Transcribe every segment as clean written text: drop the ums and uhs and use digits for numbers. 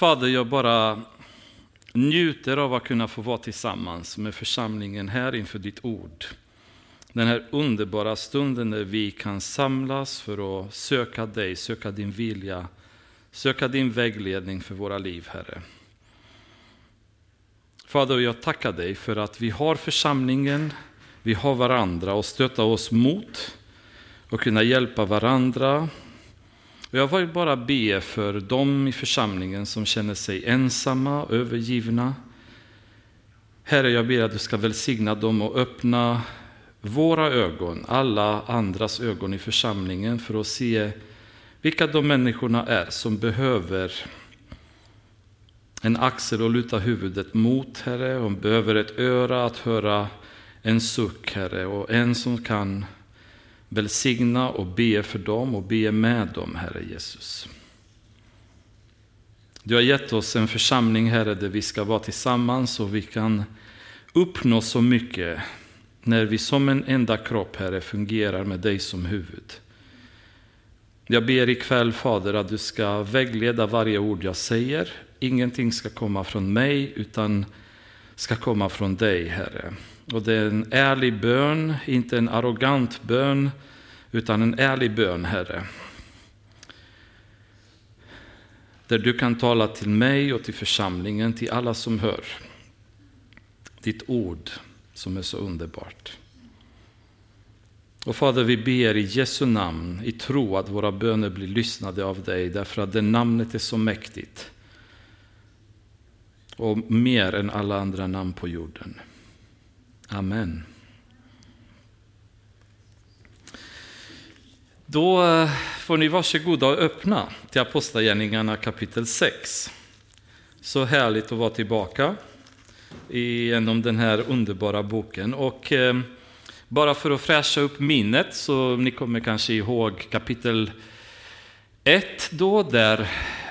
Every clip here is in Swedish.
Fader, jag bara njuter av att kunna få vara tillsammans med församlingen här inför ditt ord. Den här underbara stunden när vi kan samlas för att söka dig, söka din vilja, söka din vägledning för våra liv, Herre. Fader, jag tackar dig för att vi har församlingen, vi har varandra och stötta oss mot och kunna hjälpa varandra. Och jag vill bara be för dem i församlingen som känner sig ensamma, övergivna. Herre, jag ber att du ska välsigna dem och öppna våra ögon, alla andras ögon i församlingen för att se vilka de människorna är som behöver en axel att luta huvudet mot, Herre, och behöver ett öra att höra en suck, Herre, och en som kan välsigna och be för dem och be med dem, Herre Jesus. Du har gett oss en församling, Herre, där vi ska vara tillsammans och vi kan uppnå så mycket när vi som en enda kropp, Herre, fungerar med dig som huvud. Jag ber ikväll, Fader, att du ska vägleda varje ord jag säger. Ingenting ska komma från mig utan ska komma från dig, Herre. Och det är en ärlig bön, inte en arrogant bön, utan en ärlig bön, Herre. Där du kan tala till mig och till församlingen, till alla som hör ditt ord som är så underbart. Och Fader, vi ber i Jesu namn i tro att våra böner blir lyssnade av dig, därför att det namnet är så mäktigt och mer än alla andra namn på jorden. Amen. Då får ni varsågoda och öppna till Apostlagärningarna kapitel 6. Så härligt att vara tillbaka genom den här underbara boken. Och bara för att fräscha upp minnet, så ni kommer kanske ihåg kapitel 1 då, där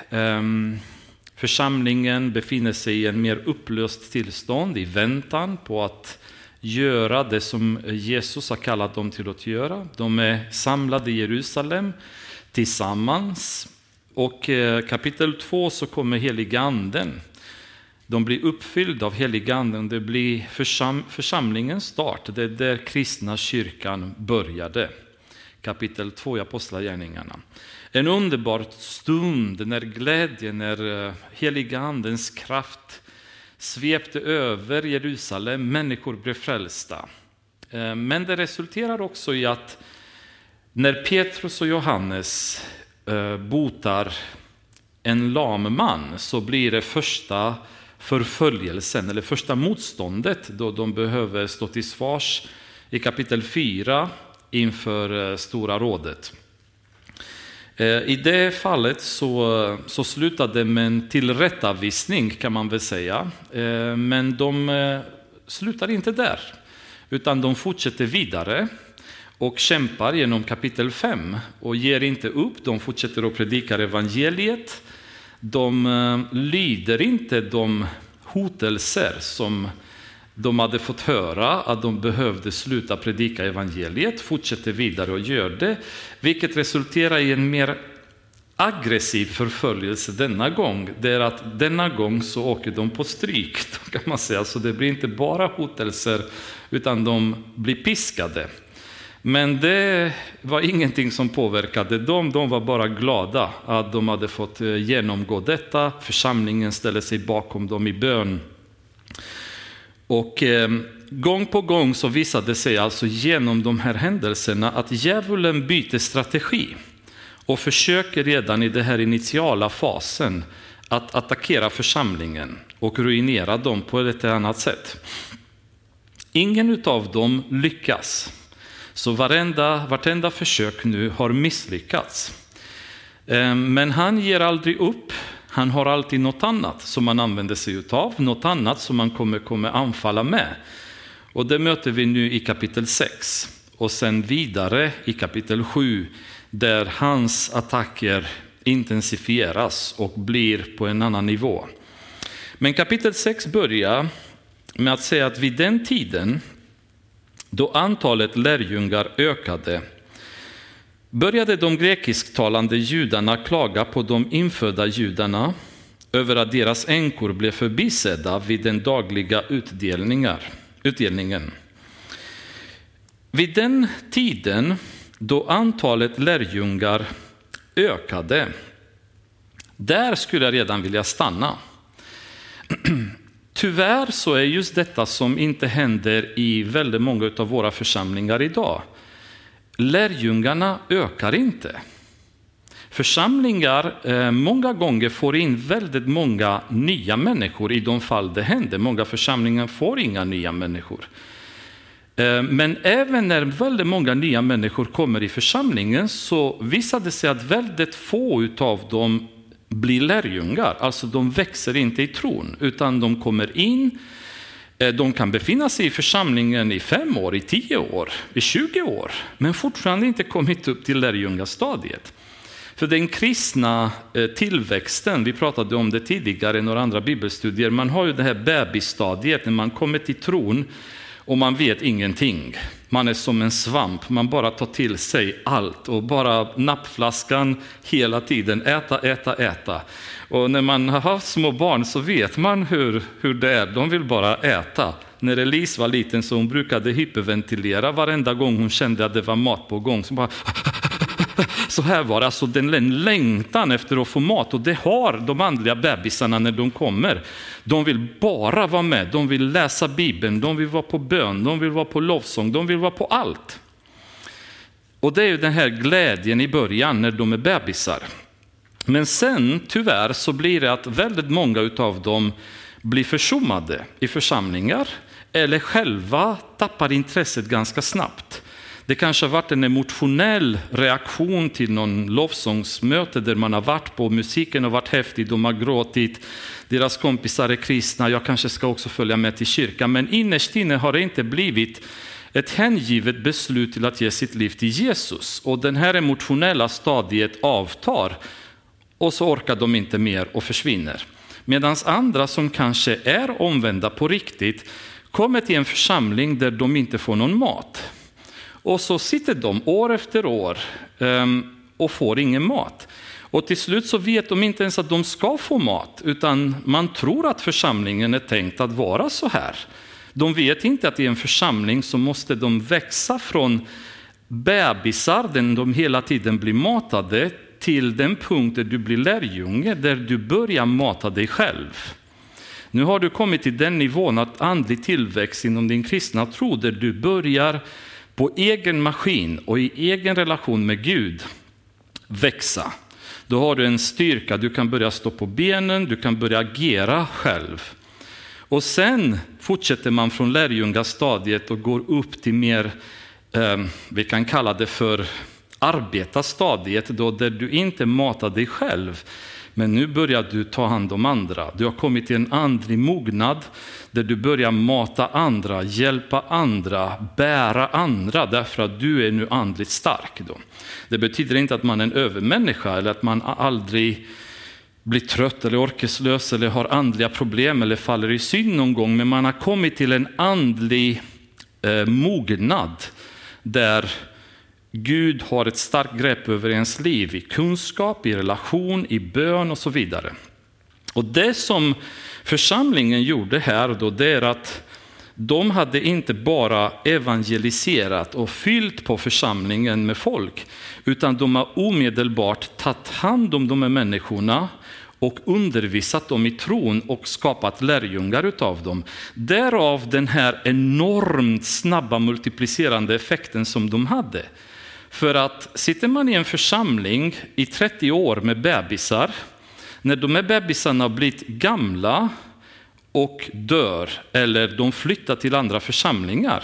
församlingen befinner sig i en mer upplöst tillstånd i väntan på att göra det som Jesus har kallat dem till att göra. De är samlade i Jerusalem tillsammans, och kapitel 2 så kommer heliganden. De blir uppfyllda av heliganden. Det blir församlingens start. Det är där kristna kyrkan började. Kapitel 2 i Apostlagärningarna. En underbar stund när glädjen, när heligandens kraft svepte över Jerusalem. Människor blev frälsta. Men det resulterar också i att när Petrus och Johannes botar en lam man, så blir det första förföljelsen eller första motståndet då de behöver stå till svars i kapitel 4 inför Stora rådet. I det fallet så slutade det med en tillrättavisning, kan man väl säga. Men de slutar inte där, utan de fortsätter vidare och kämpar genom kapitel 5 och ger inte upp. De fortsätter att predika evangeliet. De lyder inte de hotelser som de hade fått höra att de behövde sluta predika evangeliet, fortsätter vidare och gör det, vilket resulterar i en mer aggressiv förföljelse denna gång. Det är att denna gång så åker de på stryk, kan man säga. Så det blir inte bara hotelser, utan de blir piskade. Men det var ingenting som påverkade dem. De var bara glada att de hade fått genomgå detta. Församlingen ställde sig bakom dem i bön. Och gång på gång så visade sig alltså genom de här händelserna att djävulen byter strategi och försöker redan i den här initiala fasen att attackera församlingen och ruinera dem på ett annat sätt. Ingen av dem lyckas. Så vartenda försök nu har misslyckats. Men han ger aldrig upp. Han har alltid något annat som man använder sig utav. Något annat som man kommer anfalla med. Och det möter vi nu i kapitel 6. Och sen vidare i kapitel 7. Där hans attacker intensifieras och blir på en annan nivå. Men kapitel 6 börjar med att säga att vid den tiden, då antalet lärjungar ökade, började de grekisktalande judarna klaga på de infödda judarna över att deras änkor blev förbisedda vid den dagliga utdelningen. Vid den tiden då antalet lärjungar ökade, där skulle jag redan vilja stanna. Tyvärr så är just detta som inte händer i väldigt många av våra församlingar idag. Lärjungarna ökar inte. Församlingar många gånger får in väldigt många nya människor i de fall det händer. Många församlingar får inga nya människor. Men även när väldigt många nya människor kommer i församlingen så visar det sig att väldigt få av dem blir lärjungar. Alltså de växer inte i tron utan de kommer in. De kan befinna sig i församlingen i 5 år, i 10 år, i 20 år. Men fortfarande inte kommit upp till lärjungastadiet. För den kristna tillväxten, vi pratade om det tidigare i några andra bibelstudier. Man har ju det här bebisstadiet när man kommer till tron och man vet ingenting. Man är som en svamp, man bara tar till sig allt och bara nappflaskan hela tiden, äta. Och när man har haft små barn så vet man hur det är, de vill bara äta. När Elise var liten så hon brukade hyperventilera varenda gång hon kände att det var mat på gång. Så här var det, alltså den längtan efter att få mat, och det har de andliga bebisarna när de kommer. De vill bara vara med, de vill läsa Bibeln, de vill vara på bön, de vill vara på lovsång, de vill vara på allt. Och det är ju den här glädjen i början när de är bebisar. Men sen tyvärr så blir det att väldigt många av dem blir försummade i församlingar eller själva tappar intresset ganska snabbt. Det kanske har varit en emotionell reaktion till någon lovsångsmöte där man har varit på, musiken har varit häftig, de har gråtit, deras kompisar är kristna, jag kanske ska också följa med till kyrkan. Men innerst inne har det inte blivit ett hängivet beslut till att ge sitt liv till Jesus. Och den här emotionella stadiet avtar och så orkar de inte mer och försvinner. Medan andra som kanske är omvända på riktigt kommer till en församling där de inte får någon mat. Och så sitter de år efter år och får ingen mat. Och till slut så vet de inte ens att de ska få mat, utan man tror att församlingen är tänkt att vara så här. De vet inte att i en församling så måste de växa från bebisar, där de hela tiden blir matade, till den punkt där du blir lärjunge, där du börjar mata dig själv. Nu har du kommit till den nivån att andlig tillväxt inom din kristna tro, där du börjar på egen maskin och i egen relation med Gud växa. Då har du en styrka, du kan börja stå på benen, du kan börja agera själv. Och sen fortsätter man från lärjungastadiet och går upp till mer, vi kan kalla det för arbetarstadiet, då där du inte matar dig själv. Men nu börjar du ta hand om andra. Du har kommit till en andlig mognad där du börjar mata andra, hjälpa andra, bära andra, därför att du är nu andligt stark. Då. Det betyder inte att man är en övermänniska eller att man aldrig blir trött eller orkeslös eller har andliga problem eller faller i synd någon gång. Men man har kommit till en andlig mognad där Gud har ett starkt grepp över ens liv i kunskap, i relation, i bön och så vidare. Och det som församlingen gjorde här då, det är att de hade inte bara evangeliserat och fyllt på församlingen med folk, utan de har omedelbart tagit hand om de här människorna och undervisat dem i tron och skapat lärjungar utav dem. Därav den här enormt snabba multiplicerande effekten som de hade. För att sitter man i en församling i 30 år med bebisar, när de här bebisarna har blivit gamla och dör eller de flyttar till andra församlingar,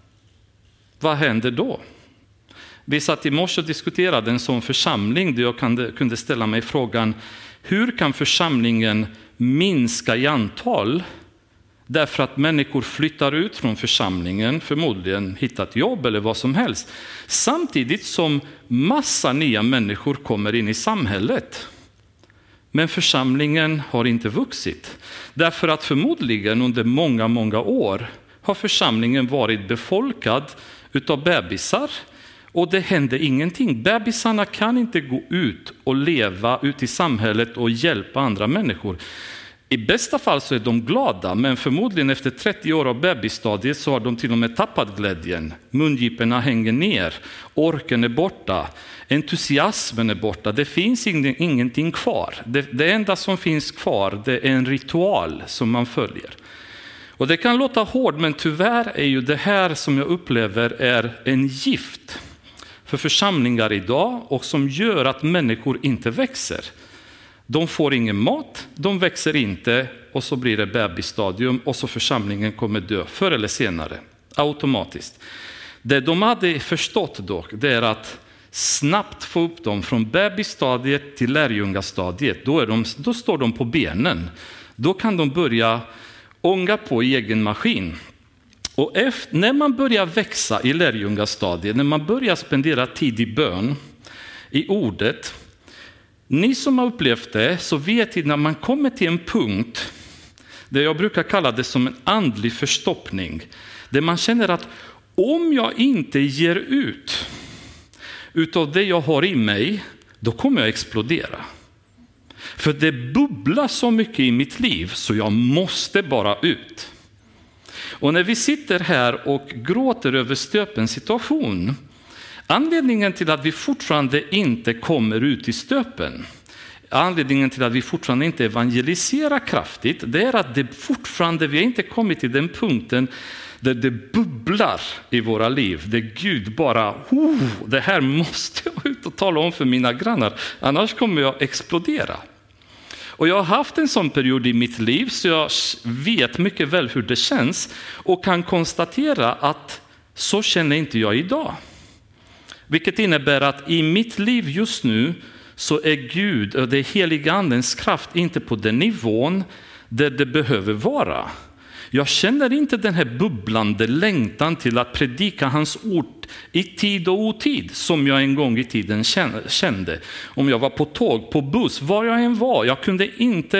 vad händer då? Vi satt i morse och diskuterade en sån församling där jag kunde ställa mig frågan, hur kan församlingen minska i antal därför att människor flyttar ut från församlingen, förmodligen hittat jobb eller vad som helst, samtidigt som massa nya människor kommer in i samhället. Men församlingen har inte vuxit. Därför att förmodligen under många år har församlingen varit befolkad utav bebisar. Och det hände ingenting. Bebisarna kan inte gå ut och leva ut i samhället och hjälpa andra människor. I bästa fall så är de glada, men förmodligen efter 30 år av bebisstadiet så har de till och med tappat glädjen. Mungiporna hänger ner, orken är borta, entusiasmen är borta. Det finns ingenting kvar. Det enda som finns kvar, det är en ritual som man följer. Och det kan låta hårt, men tyvärr är ju det här som jag upplever är en gift för församlingar idag och som gör att människor inte växer. De får ingen mat, de växer inte och så blir det bebisstadium och så församlingen kommer dö förr eller senare, automatiskt. Det de hade förstått dock, det är att snabbt få upp dem från bebisstadiet till lärjungastadiet. Då står de på benen. Då kan de börja ånga på egen maskin. Och när man börjar växa i lärjungastadiet, när man börjar spendera tid i bön, i ordet, ni som har upplevt det så vet ni när man kommer till en punkt där jag brukar kalla det som en andlig förstoppning. Där man känner att om jag inte ger ut utav det jag har i mig, då kommer jag explodera. För det bubblar så mycket i mitt liv så jag måste bara ut. Och när vi sitter här och gråter över stöpens situation, anledningen till att vi fortfarande inte kommer ut i stöpen, anledningen till att vi fortfarande inte evangeliserar kraftigt, det är att det fortfarande, vi har inte kommit till den punkten där det bubblar i våra liv. Där Gud bara, det här måste jag ut och tala om för mina grannar, annars kommer jag explodera. Och jag har haft en sån period i mitt liv så jag vet mycket väl hur det känns och kan konstatera att så känner inte jag idag. Vilket innebär att i mitt liv just nu så är Gud och det heliga andens kraft inte på den nivån där det behöver vara. Jag känner inte den här bubblande längtan till att predika hans ord i tid och otid som jag en gång i tiden kände. Om jag var på tåg, på buss, var jag än var. Jag kunde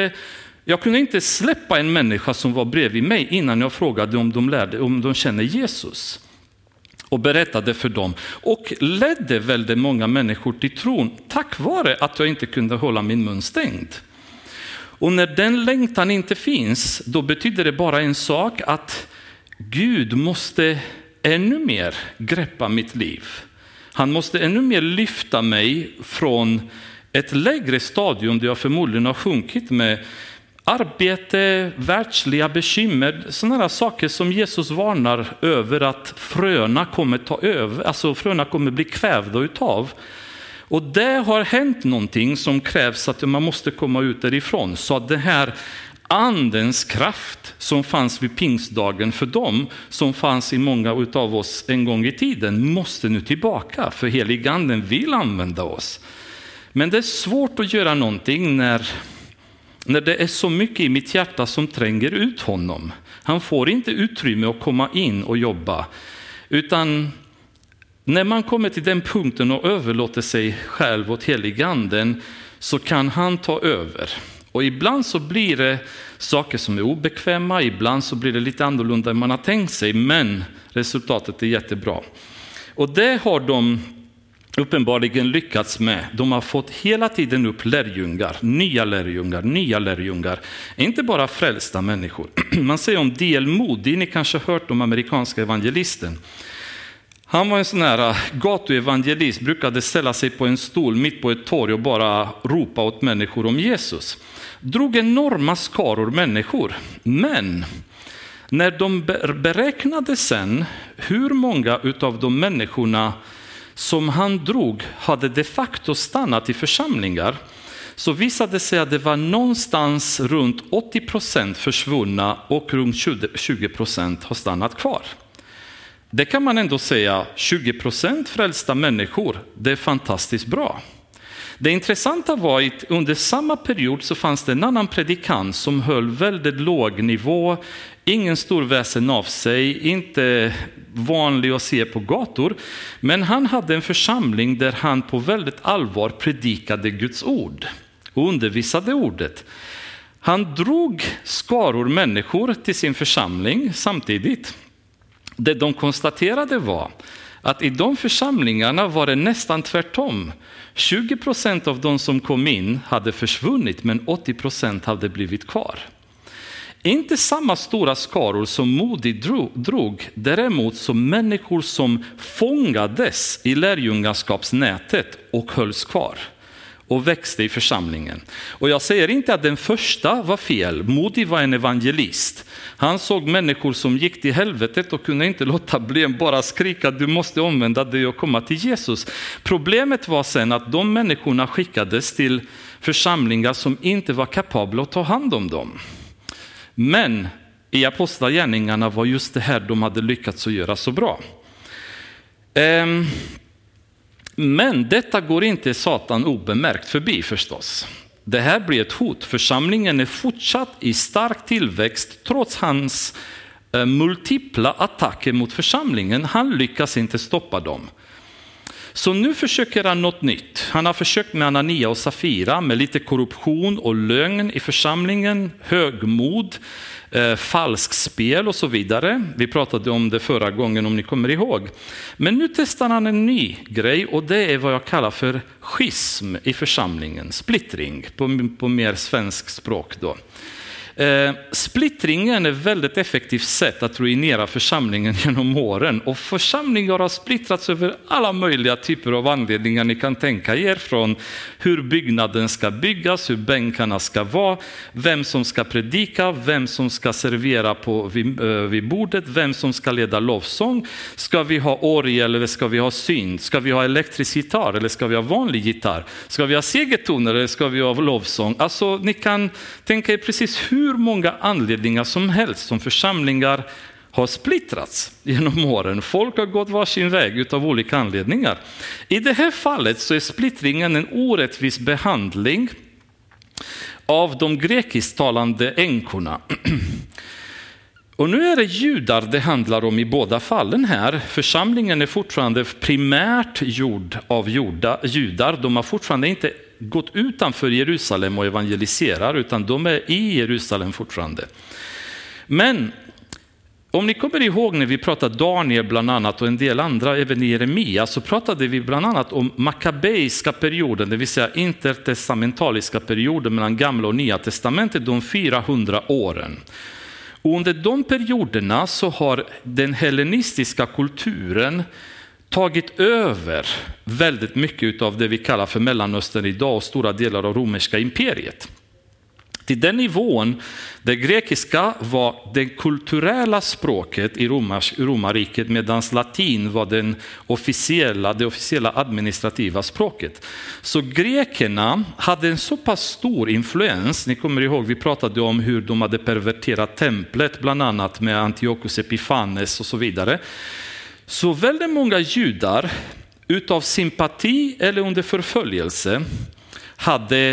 inte släppa en människa som var bredvid mig innan jag frågade om de känner Jesus. Och berättade för dem. Och ledde väldigt många människor till tron tack vare att jag inte kunde hålla min mun stängd. Och när den längtan inte finns, då betyder det bara en sak, att Gud måste ännu mer greppa mitt liv. Han måste ännu mer lyfta mig från ett lägre stadium där jag förmodligen har sjunkit med arbete, världsliga bekymmer, sådana saker som Jesus varnar över att fröna kommer ta över, alltså fröna kommer bli kvävda utav. Och det har hänt någonting som krävs att man måste komma ut därifrån. Så att det här andens kraft som fanns vid pingstdagen för dem, som fanns i många utav oss en gång i tiden, måste nu tillbaka. För heliganden vill använda oss. Men det är svårt att göra någonting när det är så mycket i mitt hjärta som tränger ut honom. Han får inte utrymme att komma in och jobba. Utan när man kommer till den punkten och överlåter sig själv åt heliganden så kan han ta över. Och ibland så blir det saker som är obekväma, ibland så blir det lite annorlunda än man har tänkt sig, men resultatet är jättebra. Och det har de uppenbarligen lyckats med. De har fått hela tiden upp lärjungar, nya lärjungar. Inte bara frälsta människor. Man säger om D.L. Moody, ni kanske har hört om amerikanska evangelisten. Han var en sån här gatuevangelist, brukade ställa sig på en stol mitt på ett torg och bara ropa åt människor om Jesus. Drog enorma skaror människor, men när de beräknade sen hur många utav de människorna som han drog hade de facto stannat i församlingar, så visade det sig att det var någonstans runt 80% försvunna och runt 20% har stannat kvar. Det kan man ändå säga, 20% frälsta människor, det är fantastiskt bra. Det intressanta var att under samma period så fanns det en annan predikant som höll väldigt låg nivå, ingen stor väsen av sig, inte vanlig att se på gator, men han hade en församling där han på väldigt allvar predikade Guds ord och undervisade ordet. Han drog skaror människor till sin församling samtidigt. Det de konstaterade var att i de församlingarna var det nästan tvärtom. 20% av de som kom in hade försvunnit, men 80% hade blivit kvar. Inte samma stora skaror som Moody drog, däremot som människor som fångades i lärjungaskapsnätet och hölls kvar och växte i församlingen. Och jag säger inte att den första var fel. Moody var en evangelist. Han såg människor som gick till helvetet och kunde inte låta bli bara skrika: du måste omvända dig och komma till Jesus. Problemet var sen att de människorna skickades till församlingar som inte var kapabla att ta hand om dem. Men i apostlagärningarna var just det här de hade lyckats att göra så bra. Men detta går inte Satan obemärkt förbi förstås. Det här blir ett hot. Församlingen är fortsatt i stark tillväxt trots hans multipla attacker mot församlingen. Han lyckas inte stoppa dem. Så nu försöker han något nytt. Han har försökt med Anania och Safira med lite korruption och lögn i församlingen, högmod, falsk spel och så vidare. Vi pratade om det förra gången om ni kommer ihåg. Men nu testar han en ny grej och det är vad jag kallar för schism i församlingen. Splittring på mer svensk språk då. Splittringen är ett väldigt effektivt sätt att ruinera församlingen genom åren, och församlingar har splittrats över alla möjliga typer av anledningar ni kan tänka er, från hur byggnaden ska byggas, hur bänkarna ska vara, vem som ska predika, vem som ska servera vid bordet, vem som ska leda lovsång, ska vi ha orgel eller ska vi ha synt, ska vi ha elektrisk gitarr eller ska vi ha vanlig gitarr, ska vi ha segertoner eller ska vi ha lovsång. Alltså ni kan tänka er precis hur många anledningar som helst som församlingar har splittrats genom åren. Folk har gått varsin väg utav olika anledningar. I det här fallet så är splittringen en orättvis behandling av de grekisktalande änkorna. Och nu är det judar det handlar om i båda fallen här. Församlingen är fortfarande primärt gjord av judar. De har fortfarande inte gått utanför Jerusalem och evangeliserar, utan de är i Jerusalem fortfarande. Men om ni kommer ihåg när vi pratade Daniel bland annat och en del andra, även i Jeremia, så pratade vi bland annat om makabeiska perioden, det vill säga intertestamentaliska perioden mellan gamla och nya testamentet, de 400 åren. Och under de perioderna så har den hellenistiska kulturen tagit över väldigt mycket av det vi kallar för Mellanöstern idag och stora delar av romerska imperiet. Till den nivån där grekiska var det kulturella språket i romarriket, medan latin var det officiella administrativa språket. Så grekerna hade en så pass stor influens. Ni kommer ihåg, vi pratade om hur de hade perverterat templet, bland annat med Antiochus Epiphanes och så vidare. Så väldigt många judar utav sympati eller under förföljelse hade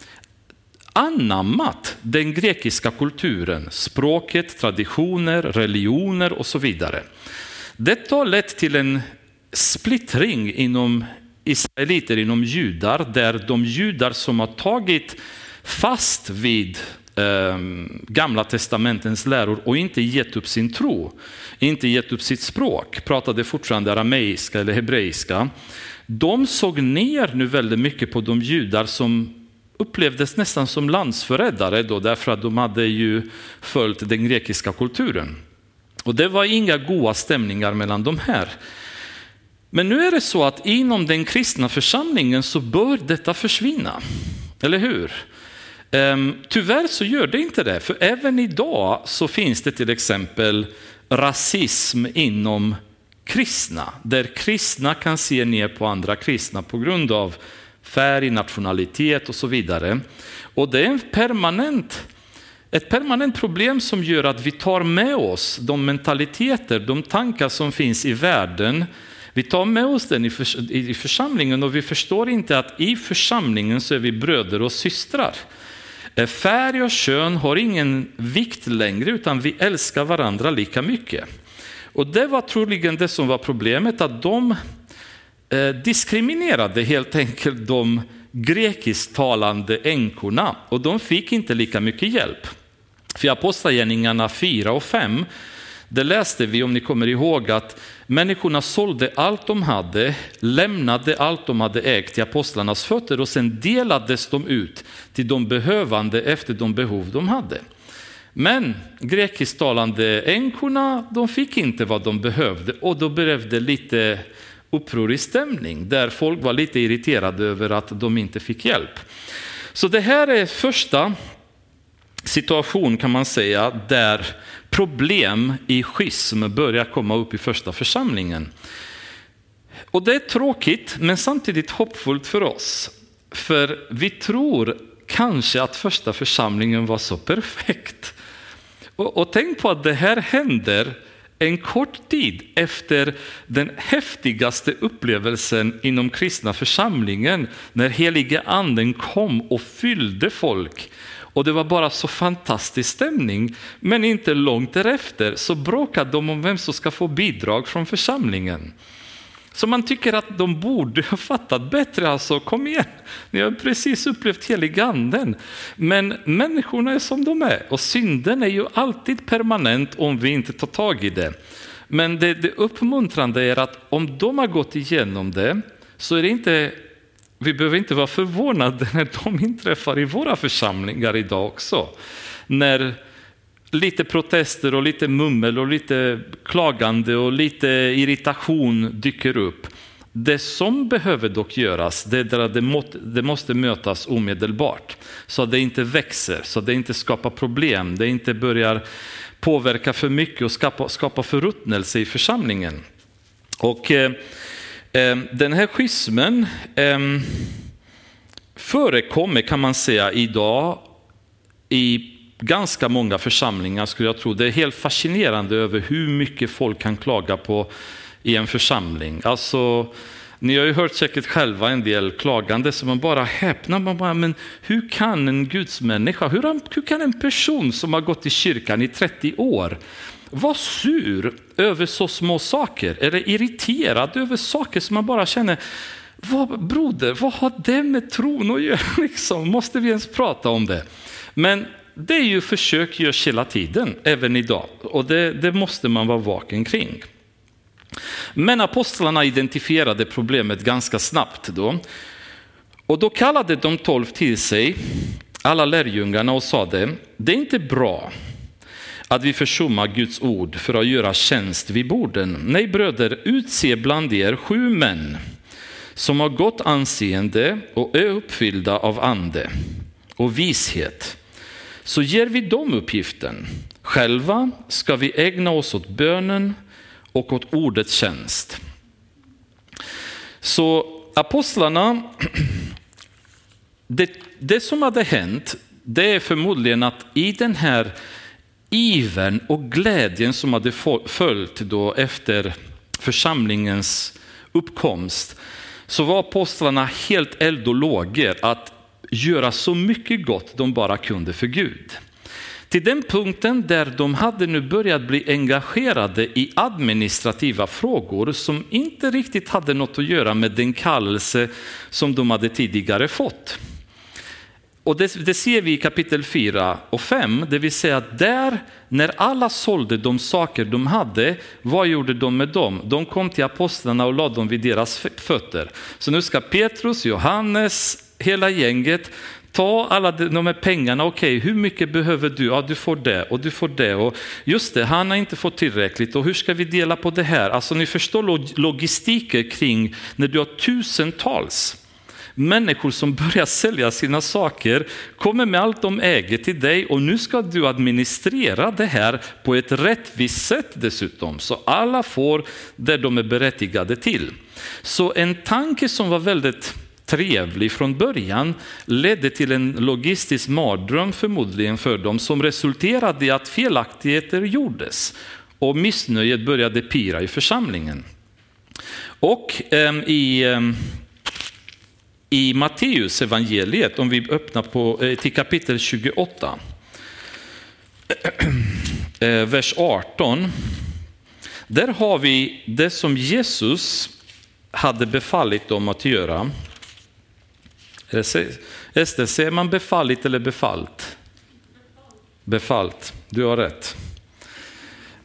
anammat den grekiska kulturen, språket, traditioner, religioner och så vidare. Detta har lett till en splittring inom israeliter, inom judar, där de judar som har tagit fast vid gamla testamentens läror och inte gett upp sin tro, inte gett upp sitt språk, pratade fortfarande arameiska eller hebreiska. De såg ner nu väldigt mycket på de judar som upplevdes nästan som landsförrädare då, därför att de hade ju följt den grekiska kulturen. Och det var inga goda stämningar mellan de här. Men nu är det så att inom den kristna församlingen så bör detta försvinna. Eller hur? Tyvärr så gör det inte det. För även idag så finns det till exempel rasism inom kristna. Där kristna kan se ner på andra kristna på grund av färg, nationalitet och så vidare. Och det är ett permanent problem som gör att vi tar med oss de mentaliteter, de tankar som finns i världen. Vi tar med oss den i församlingen, och vi förstår inte att i församlingen så är vi bröder och systrar. Färg och kön har ingen vikt längre, utan vi älskar varandra lika mycket. Och det var troligen det som var problemet, att de diskriminerade helt enkelt de grekisktalande änkorna, och de fick inte lika mycket hjälp. För apostlagärningarna 4 och 5, Det läste vi, om ni kommer ihåg, att människorna sålde allt de hade, lämnade allt de hade ägt till apostlarnas fötter och sen delades de ut till de behövande efter de behov de hade. Men grekisktalande änkorna, de fick inte vad de behövde och då blev det lite upprorig stämning där folk var lite irriterade över att de inte fick hjälp. Så det här är första situation, kan man säga, där problem i schism börjar komma upp i första församlingen. Och det är tråkigt men samtidigt hoppfullt för oss. För vi tror kanske att första församlingen var så perfekt. Och tänk på att det här händer en kort tid efter den häftigaste upplevelsen inom kristna församlingen, när helige anden kom och fyllde folk. Och det var bara så fantastisk stämning, men inte långt därefter så bråkade de om vem som ska få bidrag från församlingen. Så man tycker att de borde ha fattat bättre, alltså kom igen, ni har precis upplevt helig anden. Men människorna är som de är och synden är ju alltid permanent om vi inte tar tag i det. Men det uppmuntrande är att om de har gått igenom det så är det inte, vi behöver inte vara förvånade när de inträffar i våra församlingar idag också. När lite protester och lite mummel och lite klagande och lite irritation dyker upp. Det som behöver dock göras, det måste mötas omedelbart. Så att det inte växer, så att det inte skapar problem, det inte börjar påverka för mycket och skapa förruttnelse i församlingen. Och den här schismen förekommer, kan man säga, idag i ganska många församlingar, skulle jag tro. Det är helt fascinerande över hur mycket folk kan klaga på i en församling. Alltså, ni har ju hört säkert själva en del klagande som man bara häpnar. Man bara, men hur kan en gudsmänniska, hur kan en person som har gått i kyrkan i 30 år vara sur över så små saker? Eller irriterad över saker som man bara känner, broder, vad har det med tron att göra? Liksom, måste vi ens prata om det? Men det är ju försök görs hela tiden, även idag. Och det måste man vara vaken kring. Men apostlarna identifierade problemet ganska snabbt då. Och då kallade de 12 till sig, alla lärjungarna, och sade: det är inte bra att vi försummar Guds ord för att göra tjänst vid borden. Nej, bröder, utse bland er 7 män som har gott anseende och är uppfyllda av ande och vishet. Så ger vi dem uppgiften. Själva ska vi ägna oss åt bönen och åt ordets tjänst. Så apostlarna, det som hade hänt, det är förmodligen att i den här ivern och glädjen som hade följt då efter församlingens uppkomst, så var apostlarna helt eld och lågor att göra så mycket gott de bara kunde för Gud. Till den punkten där de hade nu börjat bli engagerade i administrativa frågor som inte riktigt hade något att göra med den kallelse som de hade tidigare fått. Och det ser vi i kapitel 4 och 5, det vill säga att där, när alla sålde de saker de hade, vad gjorde de med dem? De kom till apostlarna och lade dem vid deras fötter. Så nu ska Petrus, Johannes, hela gänget ta alla de här pengarna. Okej, hur mycket behöver du? Ja, du får det och du får det. Och just det, han har inte fått tillräckligt. Och hur ska vi dela på det här? Alltså ni förstår logistiken kring när du har tusentals människor som börjar sälja sina saker, kommer med allt de äger till dig, och nu ska du administrera det här på ett rättvist sätt dessutom, så alla får det de är berättigade till. Så en tanke som var väldigt trevlig från början ledde till en logistisk mardröm förmodligen för dem, som resulterade i att felaktigheter gjordes och missnöjet började pira i församlingen. Och i Matteus evangeliet, om vi öppnar till kapitel 28, vers 18, där har vi det som Jesus hade befallit dem att göra. Ester, säger man befallit eller befallt? Befallt, du har rätt.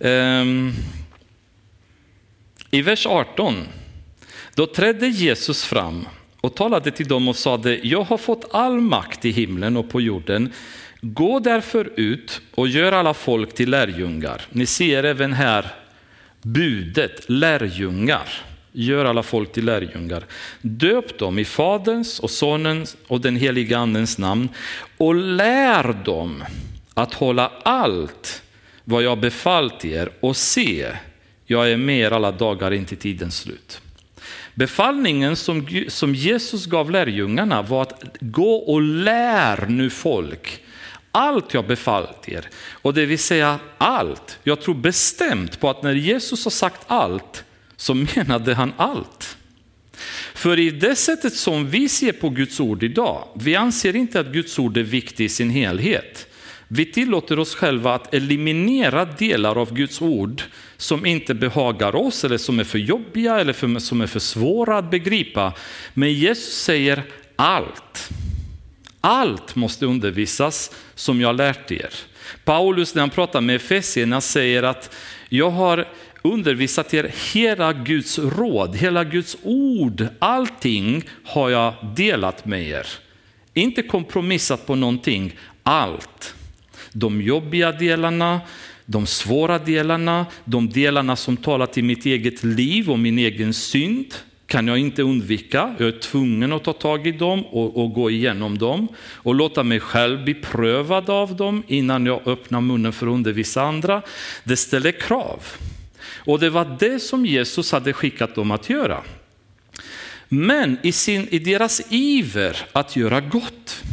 I vers 18, då trädde Jesus fram och talade till dem och sade: jag har fått all makt i himlen och på jorden. Gå därför ut och gör alla folk till lärjungar. Ni ser även här budet, lärjungar. Gör alla folk till lärjungar. Döp dem i Faderns och Sonens och den heliga Andens namn och lär dem att hålla allt vad jag befallt er, och se, jag är med er alla dagar in till tidens slut. Befallningen som Jesus gav lärjungarna var att gå och lär nu folk allt jag befallt er. Och det vill säga allt. Jag tror bestämt på att när Jesus har sagt allt så menade han allt. För i det sättet som vi ser på Guds ord idag, vi anser inte att Guds ord är viktigt i sin helhet. Vi tillåter oss själva att eliminera delar av Guds ord som inte behagar oss eller som är för jobbiga eller som är för svåra att begripa. Men Jesus säger allt. Allt måste undervisas som jag lärt er. Paulus, när han pratar med Efesierna, säger att jag har undervisat er hela Guds råd, hela Guds ord. Allting har jag delat med er. Inte kompromissat på någonting. Allt. De jobbiga delarna, de svåra delarna, de delarna som talar till mitt eget liv och min egen synd kan jag inte undvika. Jag är tvungen att ta tag i dem och gå igenom dem och låta mig själv bli prövad av dem innan jag öppnar munnen för att undervisa andra. Det ställer krav. Och det var det som Jesus hade skickat dem att göra. Men i deras iver att göra gott,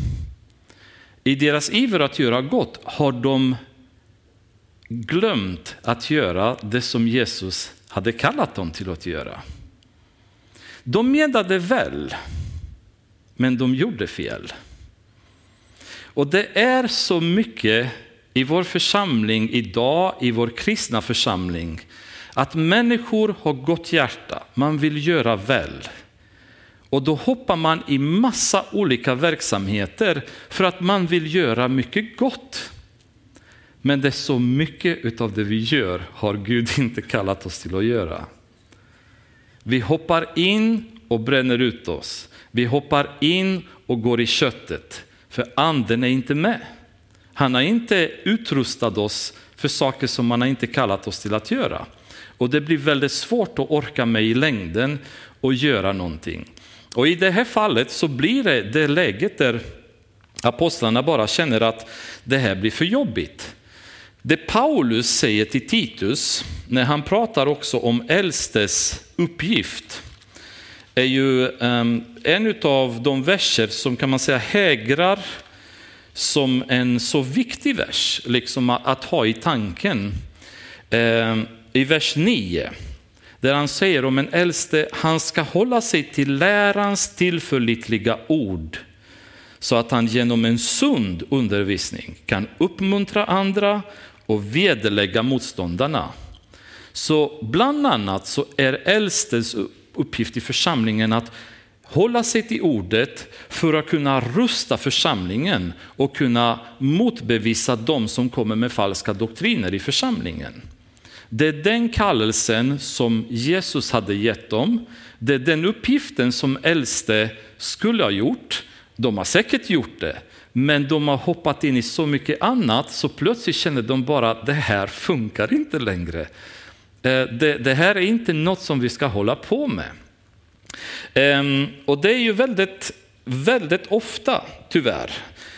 har de glömt att göra det som Jesus hade kallat dem till att göra. De menade väl, men de gjorde fel. Och det är så mycket i vår församling idag, i vår kristna församling, att människor har gott hjärta, man vill göra väl. Och då hoppar man i massa olika verksamheter för att man vill göra mycket gott. Men det är så mycket av det vi gör har Gud inte kallat oss till att göra. Vi hoppar in och bränner ut oss. Vi hoppar in och går i köttet. För anden är inte med. Han har inte utrustat oss för saker som han har inte kallat oss till att göra. Och det blir väldigt svårt att orka med i längden och göra någonting. Och i det här fallet så blir det läget där apostlarna bara känner att det här blir för jobbigt. Det Paulus säger till Titus när han pratar också om äldstes uppgift är ju en av de verser som kan man säga hägrar som en så viktig vers liksom att ha i tanken. I vers 9 där han säger om en äldste, han ska hålla sig till lärans tillförlitliga ord så att han genom en sund undervisning kan uppmuntra andra och vederlägga motståndarna. Så bland annat så är äldstes uppgift i församlingen att hålla sig till ordet för att kunna rusta församlingen och kunna motbevisa de som kommer med falska doktriner i församlingen. Det är den kallelsen som Jesus hade gett dem. Det är den uppgiften som äldste skulle ha gjort. De har säkert gjort det. Men de har hoppat in i så mycket annat så plötsligt känner de bara att det här funkar inte längre. Det här är inte något som vi ska hålla på med. Och det är ju väldigt, väldigt ofta tyvärr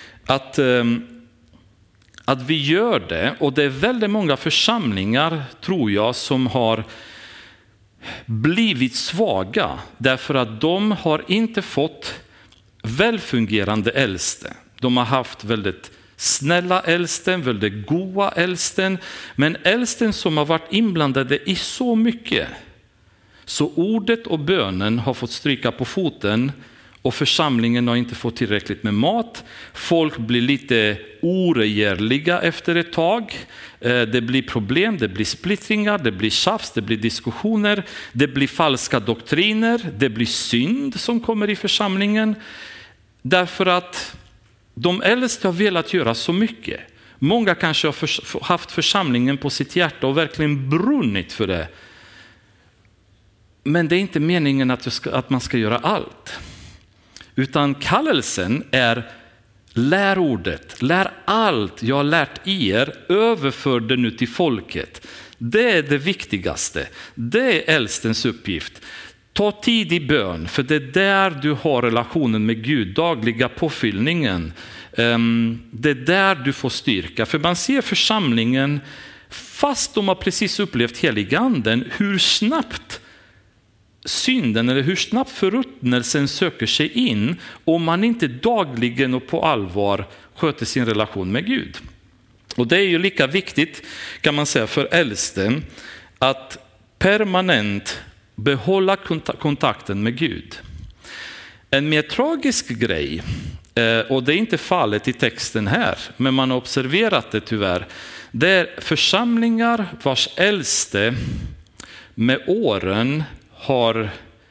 att vi gör det. Och det är väldigt många församlingar tror jag som har blivit svaga därför att de har inte fått välfungerande äldste. De har haft väldigt snälla äldsten, väldigt goda äldsten, men äldsten som har varit inblandade i så mycket. Så ordet och bönen har fått stryka på foten och församlingen har inte fått tillräckligt med mat. Folk blir lite oregerliga efter ett tag. Det blir problem, det blir splittringar, det blir tjafs, det blir diskussioner, det blir falska doktriner, det blir synd som kommer i församlingen. Därför att de äldste har velat göra så mycket. Många kanske har haft församlingen på sitt hjärta och verkligen brunnit för det. Men det är inte meningen att man ska göra allt. Utan kallelsen är lärordet. Lär allt jag har lärt er, överför det nu till folket. Det är det viktigaste. Det är äldstens uppgift. Ta tid i bön, för det är där du har relationen med Gud, dagliga påfyllningen. Det är där du får styrka. För man ser församlingen, fast de har precis upplevt heliganden, hur snabbt synden eller hur snabbt förruttnelsen söker sig in om man inte dagligen och på allvar sköter sin relation med Gud. Och det är ju lika viktigt, kan man säga, för äldsten att permanent behålla kontakten med Gud. En mer tragisk grej, och det är inte fallet i texten här, men man har observerat det tyvärr, det är församlingar vars äldste med åren har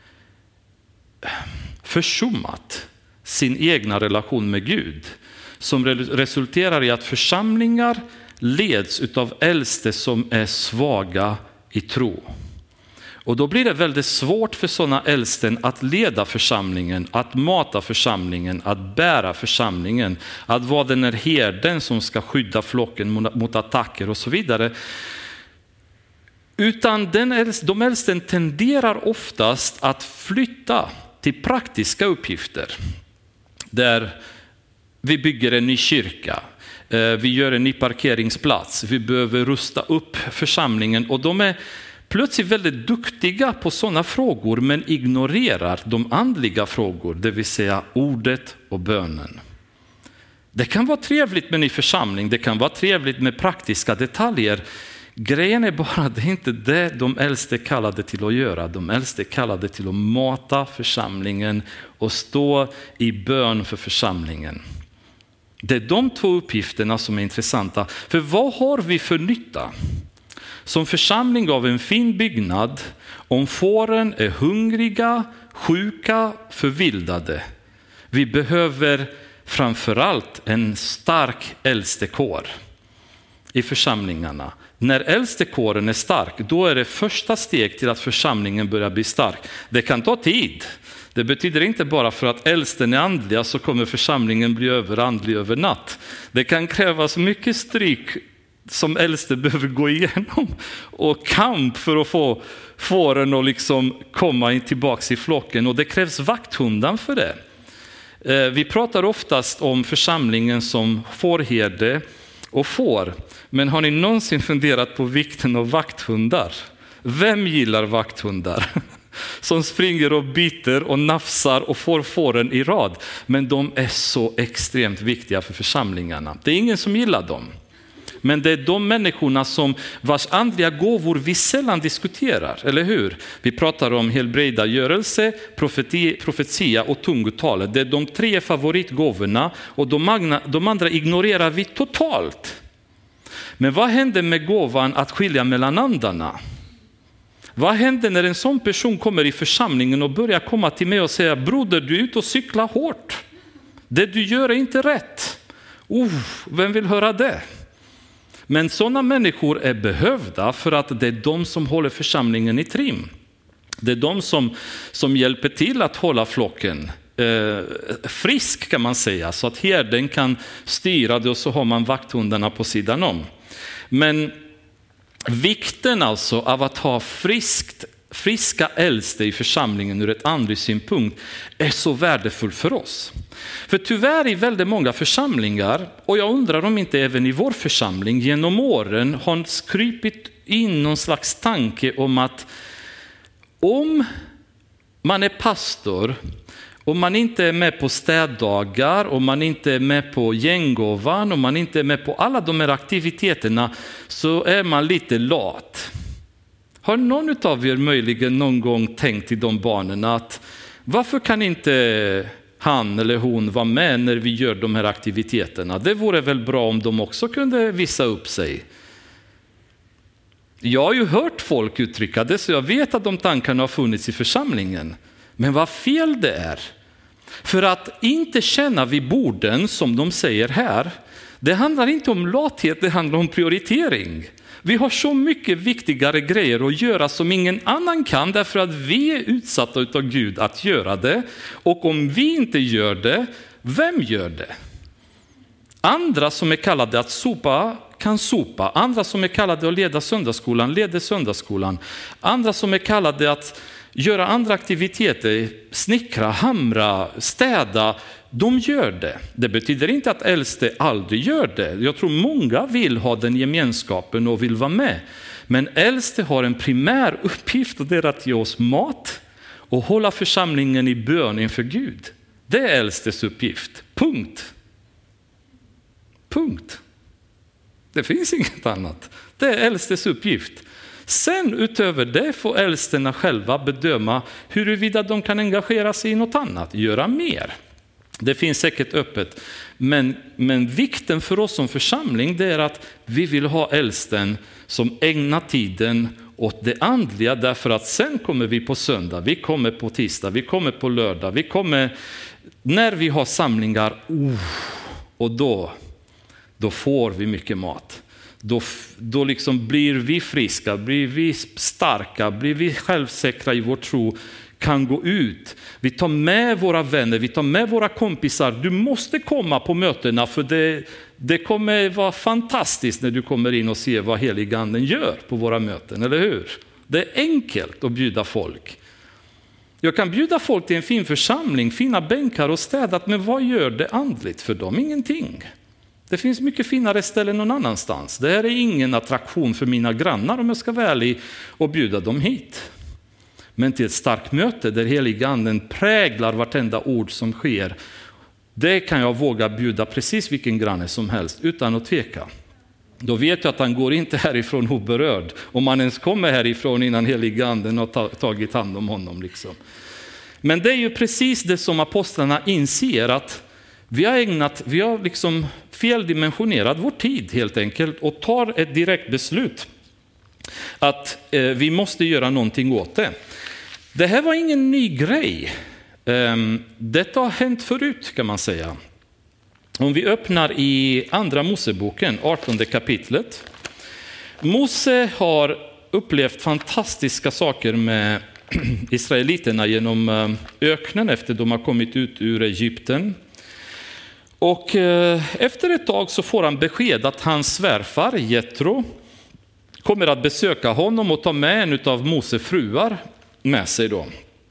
försummat sin egna relation med Gud, som resulterar i att församlingar leds av äldste som är svaga i tro. Och då blir det väldigt svårt för sådana äldsten att leda församlingen, att mata församlingen, att bära församlingen, att vara den här herden som ska skydda flocken mot attacker och så vidare. Utan de äldsten tenderar oftast att flytta till praktiska uppgifter. Där vi bygger en ny kyrka, vi gör en ny parkeringsplats, vi behöver rusta upp församlingen. Och de är plötsligt väldigt duktiga på sådana frågor, men ignorerar de andliga frågor, det vill säga ordet och bönen. Det kan vara trevligt med en ny församling, det kan vara trevligt med praktiska detaljer. Grejen är bara, det är inte det de äldste kallade till att göra. De äldste kallade till att mata församlingen och stå i bön för församlingen. Det är de två uppgifterna som är intressanta. För vad har vi för nytta som församling av en fin byggnad om fåren är hungriga, sjuka, förvildade? Vi behöver framförallt en stark äldstekår i församlingarna. När äldstekåren är stark, då är det första steg till att församlingen börjar bli stark. Det kan ta tid. Det betyder inte bara för att äldsten är andliga så kommer församlingen bli överandlig över natt. Det kan krävas mycket stryk som äldste behöver gå igenom och kamp för att få fåren att liksom komma tillbaka i flocken. Och det krävs vakthundar för det. Vi pratar oftast om församlingen som fårherde och får. Men har ni någonsin funderat på vikten av vakthundar? Vem gillar vakthundar? Som springer och biter och nafsar och får fåren i rad. Men de är så extremt viktiga för församlingarna. Det är ingen som gillar dem. Men det är de människorna som vars andliga gåvor vi sällan diskuterar, eller hur? Vi pratar om helbrägdagörelse, profetia och tungotalet. Det är de 3 favoritgåvorna och de andra ignorerar vi totalt. Men vad händer med gåvan att skilja mellan andarna? Vad händer när en sån person kommer i församlingen och börjar komma till mig och säga: broder, du är ute och cyklar hårt. Det du gör är inte rätt. Vem vill höra det? Men sådana människor är behövda för att det är de som håller församlingen i trim. Det är de som hjälper till att hålla flocken frisk, kan man säga, så att herden kan styra det och så har man vakthundarna på sidan om. Men vikten alltså av att ha friska äldste i församlingen ur ett andlig synpunkt är så värdefull för oss. För tyvärr i väldigt många församlingar, och jag undrar om inte även i vår församling genom åren har skrypit in någon slags tanke om att om man är pastor, om man inte är med på städdagar, om man inte är med på gänggåvan, om man inte är med på alla de här aktiviteterna, så är man lite lat. Har någon av er möjligen någon gång tänkt i de banorna att varför kan inte han eller hon vara med när vi gör de här aktiviteterna? Det vore väl bra om de också kunde visa upp sig. Jag har ju hört folk uttrycka det, så jag vet att de tankarna har funnits i församlingen. Men vad fel det är. För att inte känna vid borden, som de säger här, Det handlar inte om lathet, det handlar om prioritering. Vi har så mycket viktigare grejer att göra som ingen annan kan, därför att vi är utsatta av Gud att göra det. Och om vi inte gör det, vem gör det? Andra som är kallade att sopa kan sopa. Andra som är kallade att leda söndagsskolan leder söndagsskolan. Andra som är kallade att göra andra aktiviteter, snickra, hamra, städa, de gör det. Det betyder inte att äldste aldrig gör det. Jag tror många vill ha den gemenskapen och vill vara med. Men äldste har en primär uppgift, och det är att ge oss mat och hålla församlingen i bön inför Gud. Det är äldstes uppgift. Punkt. Det finns inget annat. Det är äldstes uppgift. Sen utöver det får äldsterna själva bedöma huruvida de kan engagera sig i något annat, göra mer. Det finns säkert öppet. Men vikten för oss som församling, det är att vi vill ha äldsten som ägnar tiden åt det andliga, därför att sen kommer vi på söndag, vi kommer på tisdag, vi kommer på lördag, vi kommer när vi har samlingar, och då får vi mycket mat. Då liksom blir vi friska, blir vi starka, blir vi självsäkra i vår tro, kan gå ut. Vi tar med våra vänner, vi tar med våra kompisar. Du måste komma på mötena, för det kommer vara fantastiskt när du kommer in och ser vad heliganden gör på våra möten, eller hur? Det är enkelt att bjuda folk. Jag kan bjuda folk till en fin församling, fina bänkar och städat, men vad gör det andligt för dem? Ingenting. Det finns mycket finare ställen någon annanstans. Det här är ingen attraktion för mina grannar, om jag ska vara ärlig, och bjuda dem hit. Men till ett starkt möte där heliganden präglar vartenda ord som sker, det kan jag våga bjuda precis vilken granne som helst utan att tveka. Då vet jag att han går inte härifrån oberörd, om han ens kommer härifrån innan heliganden har tagit hand om honom. Liksom. Men det är ju precis det som apostlarna inser, att vi har liksom feldimensionerat vår tid helt enkelt, och tar ett direkt beslut att vi måste göra någonting åt det. Det här var ingen ny grej. Detta har hänt förut, kan man säga. Om vi öppnar i andra Moseboken, 18 kapitlet. Mose har upplevt fantastiska saker med israeliterna genom öknen efter de har kommit ut ur Egypten. Och efter ett tag så får han besked att hans svärfar Jetro kommer att besöka honom och ta med en av Mose fruar med sig då.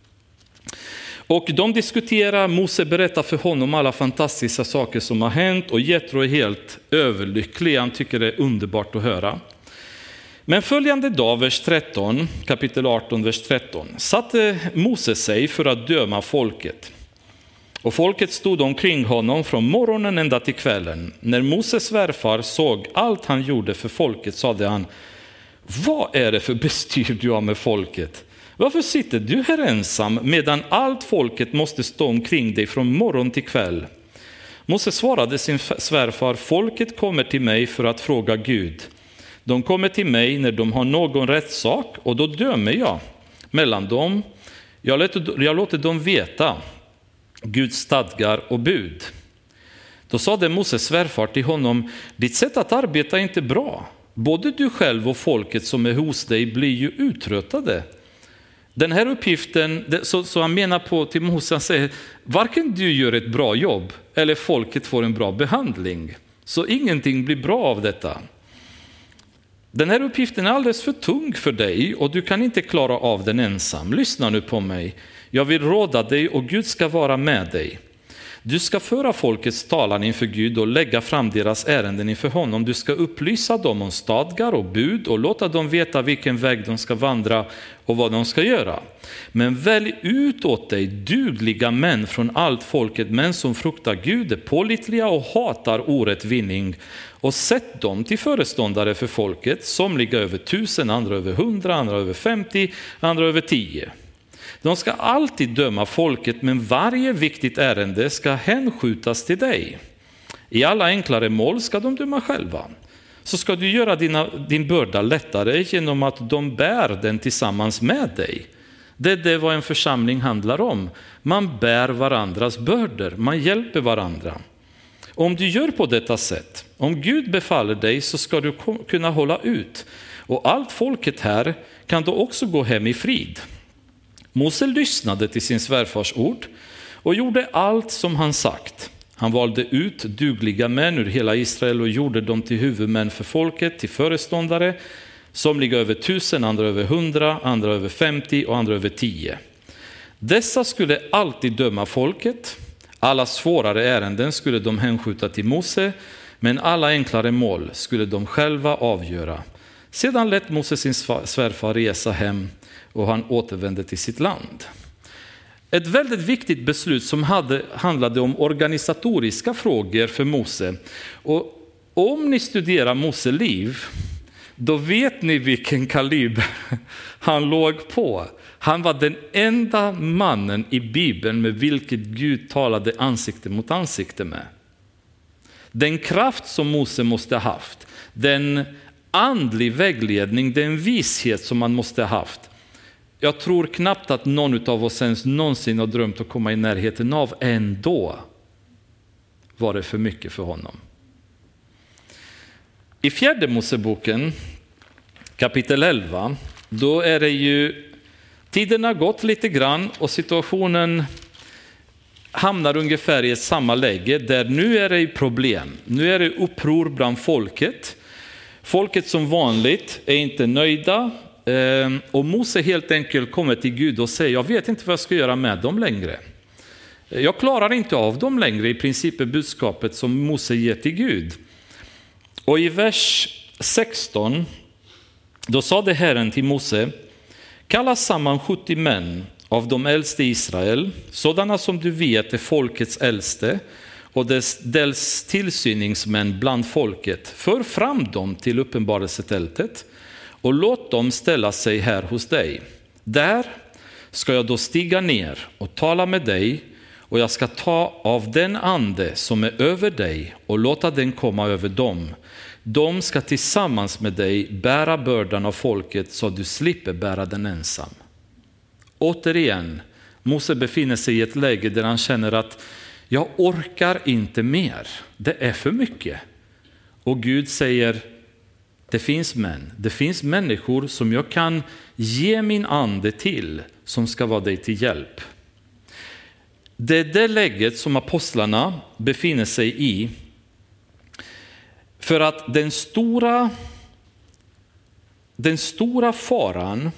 Och de diskuterar, Mose berättar för honom alla fantastiska saker som har hänt, och Jetro är helt överlycklig, han tycker det är underbart att höra. Men följande dag, vers 13, kapitel 18, vers 13, satte Mose sig för att döma folket. Och folket stod omkring honom från morgonen ända till kvällen. När Moses svärfar såg allt han gjorde för folket, sade han: vad är det för bestyr du har med folket? Varför sitter du här ensam medan allt folket måste stå omkring dig från morgon till kväll? Mose svarade sin svärfar: folket kommer till mig för att fråga Gud. De kommer till mig när de har någon rättssak, och då dömer jag mellan dem. Jag låter dem veta Guds stadgar och bud. Då sade Moses svärfar till honom: ditt sätt att arbeta är inte bra. Både du själv och folket som är hos dig blir ju uttröttade. Den här uppgiften, så han menar på till Mose, han säger: varken du gör ett bra jobb eller folket får en bra behandling. Så ingenting blir bra av detta. Den här uppgiften är alldeles för tung för dig och du kan inte klara av den ensam. Lyssna nu på mig. Jag vill råda dig, och Gud ska vara med dig. Du ska föra folkets talan inför Gud och lägga fram deras ärenden inför honom. Du ska upplysa dem om stadgar och bud och låta dem veta vilken väg de ska vandra och vad de ska göra. Men välj ut åt dig dugliga män från allt folket, män som fruktar Gud, är pålitliga och hatar orätt vinning, och sätt dem till föreståndare för folket, somliga över 1000, andra över 100, andra över 50, andra över 10. De ska alltid döma folket, men varje viktigt ärende ska hänskjutas till dig. I alla enklare mål ska de döma själva. Så ska du göra din börda lättare genom att de bär den tillsammans med dig. Det är vad en församling handlar om. Man bär varandras bördor, man hjälper varandra. Om du gör på detta sätt, om Gud befaller dig, så ska du kunna hålla ut. Och allt folket här kan då också gå hem i frid. Mose lyssnade till sin svärfars ord och gjorde allt som han sagt. Han valde ut dugliga män ur hela Israel och gjorde dem till huvudmän för folket, till föreståndare. Somliga över 1000, andra över 100, andra över 50 och andra över 10. Dessa skulle alltid döma folket. Alla svårare ärenden skulle de hänskjuta till Mose, men alla enklare mål skulle de själva avgöra. Sedan lät Mose sin svärfar resa hem och han återvände till sitt land. Ett väldigt viktigt beslut som handlade om organisatoriska frågor för Mose. Och om ni studerar Mose liv, då vet ni vilken kaliber han låg på. Han var den enda mannen i Bibeln med vilket Gud talade ansikte mot ansikte med. Den kraft som Mose måste ha haft, den andlig vägledning, den vishet som man måste ha haft. Jag tror knappt att någon av oss ens någonsin har drömt att komma i närheten av. Ändå var det för mycket för honom. I 4:e Moseboken, kapitel 11, då är det ju, tiden har gått lite grann och situationen hamnar ungefär i samma läge där nu är det problem. Nu är det uppror bland folket. Folket som vanligt är inte nöjda. Och Mose helt enkelt kommer till Gud och säger: jag vet inte vad jag ska göra med dem längre. Jag klarar inte av dem längre, i princip är budskapet som Mose ger till Gud. Och i vers 16, då sade Herren till Mose: kalla samman 70 män av de äldste i Israel, sådana som du vet är folkets äldste, och dess tillsyningsmän bland folket. För fram dem till uppenbarelsetältet och låt dem ställa sig här hos dig. Där ska jag då stiga ner och tala med dig, och jag ska ta av den ande som är över dig och låta den komma över dem. De ska tillsammans med dig bära bördan av folket, så att du slipper bära den ensam. Återigen, Mose befinner sig i ett läge där han känner att jag orkar inte mer. Det är för mycket. Och Gud säger: det finns människor som jag kan ge min ande till, som ska vara dig till hjälp. Det är det läget som apostlarna befinner sig i. För att den stora faran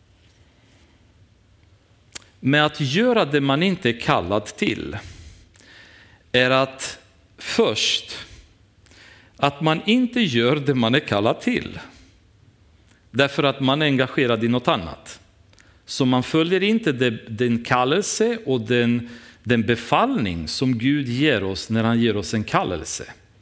med att göra det man inte är kallad till är att först att man inte gör det man är kallad till. Därför att man är engagerad i något annat. Så man följer inte den kallelse och den befallning som Gud ger oss när han ger oss en kallelse.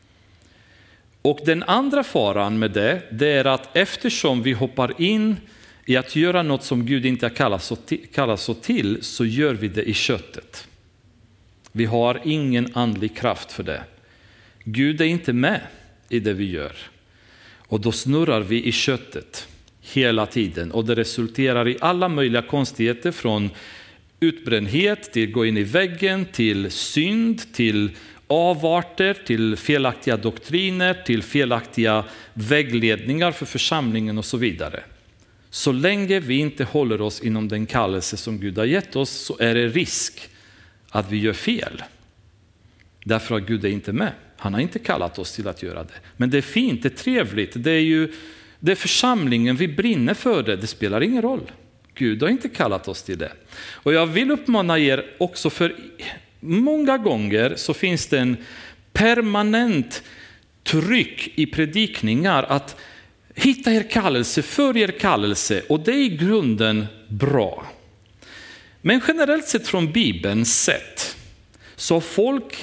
Och den andra faran med det är att eftersom vi hoppar in i att göra något som Gud inte har kallat så till, så gör vi det i köttet. Vi har ingen andlig kraft för det. Gud är inte med i det vi gör. Och då snurrar vi i köttet hela tiden. Och det resulterar i alla möjliga konstigheter, från utbrändhet till gå in i väggen, till synd, till avarter, till felaktiga doktriner, till felaktiga vägledningar för församlingen och så vidare. Så länge vi inte håller oss inom den kallelse som Gud har gett oss, så är det risk att vi gör fel. Därför att Gud är inte med. Han har inte kallat oss till att göra det. Men det är fint, det är trevligt. Det är församlingen, vi brinner för det. Det spelar ingen roll. Gud har inte kallat oss till det. Och jag vill uppmana er också, för många gånger så finns det en permanent tryck i predikningar att hitta er kallelse, för er kallelse. Och det är i grunden bra. Men generellt sett från Bibelns sätt, så folk,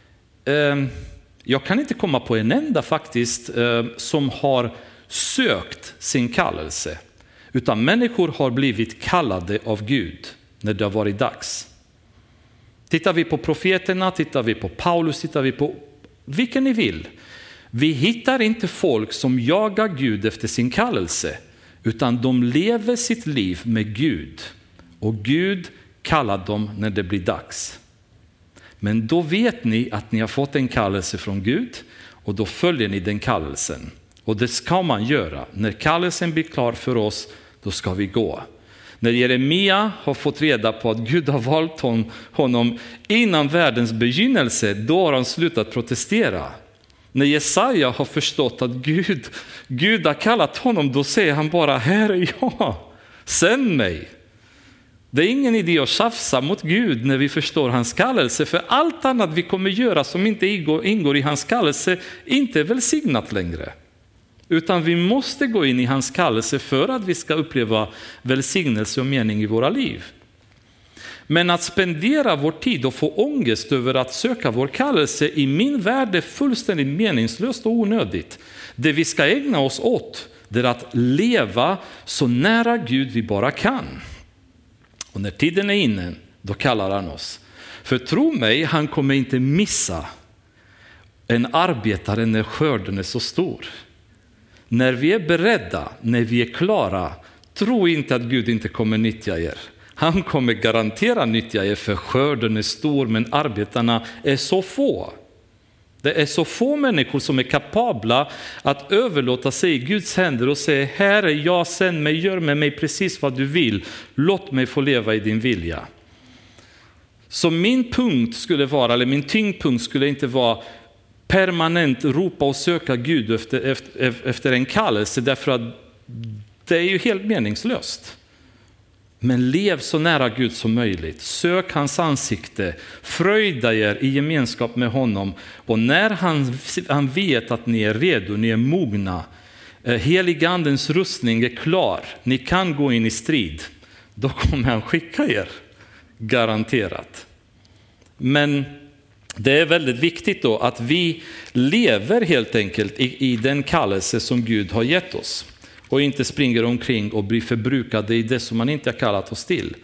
jag kan inte komma på en enda faktiskt, som har sökt sin kallelse. Utan människor har blivit kallade av Gud när det har varit dags. Tittar vi på profeterna, tittar vi på Paulus, tittar vi på vilken ni vill. Vi hittar inte folk som jagar Gud efter sin kallelse, utan de lever sitt liv med Gud. Och Gud kallar dem när det blir dags. Men då vet ni att ni har fått en kallelse från Gud och då följer ni den kallelsen. Och det ska man göra. När kallelsen blir klar för oss, då ska vi gå. När Jeremia har fått reda på att Gud har valt honom innan världens begynnelse, då har han slutat protestera. När Jesaja har förstått att Gud har kallat honom, då säger han bara, här är jag, sänd mig. Det är ingen idé att tjafsa mot Gud när vi förstår hans kallelse, för allt annat vi kommer göra som inte ingår i hans kallelse inte är välsignat längre. Utan vi måste gå in i hans kallelse för att vi ska uppleva välsignelse och mening i våra liv. Men att spendera vår tid och få ångest över att söka vår kallelse i min värld är fullständigt meningslöst och onödigt. Det vi ska ägna oss åt, det är att leva så nära Gud vi bara kan. Och när tiden är inne, då kallar han oss. För tro mig, han kommer inte missa en arbetare när skörden är så stor. När vi är beredda, när vi är klara, tro inte att Gud inte kommer nyttja er. Han kommer garantera nyttja er, för skörden är stor men arbetarna är så få. Det är så få människor som är kapabla att överlåta sig i Guds händer och säga, här är jag, sänd mig, gör med mig precis vad du vill. Låt mig få leva i din vilja. Så min tyngdpunkt skulle inte vara permanent ropa och söka Gud efter en kallelse, därför att det är ju helt meningslöst. Men lev så nära Gud som möjligt. Sök hans ansikte. Fröjda er i gemenskap med honom. Och när han vet att ni är redo, ni är mogna, heligandens rustning är klar, ni kan gå in i strid, då kommer han skicka er. Garanterat. Men det är väldigt viktigt då att vi lever helt enkelt i den kallelse som Gud har gett oss. Och inte springer omkring och blir förbrukade i det som man inte har kallat oss till.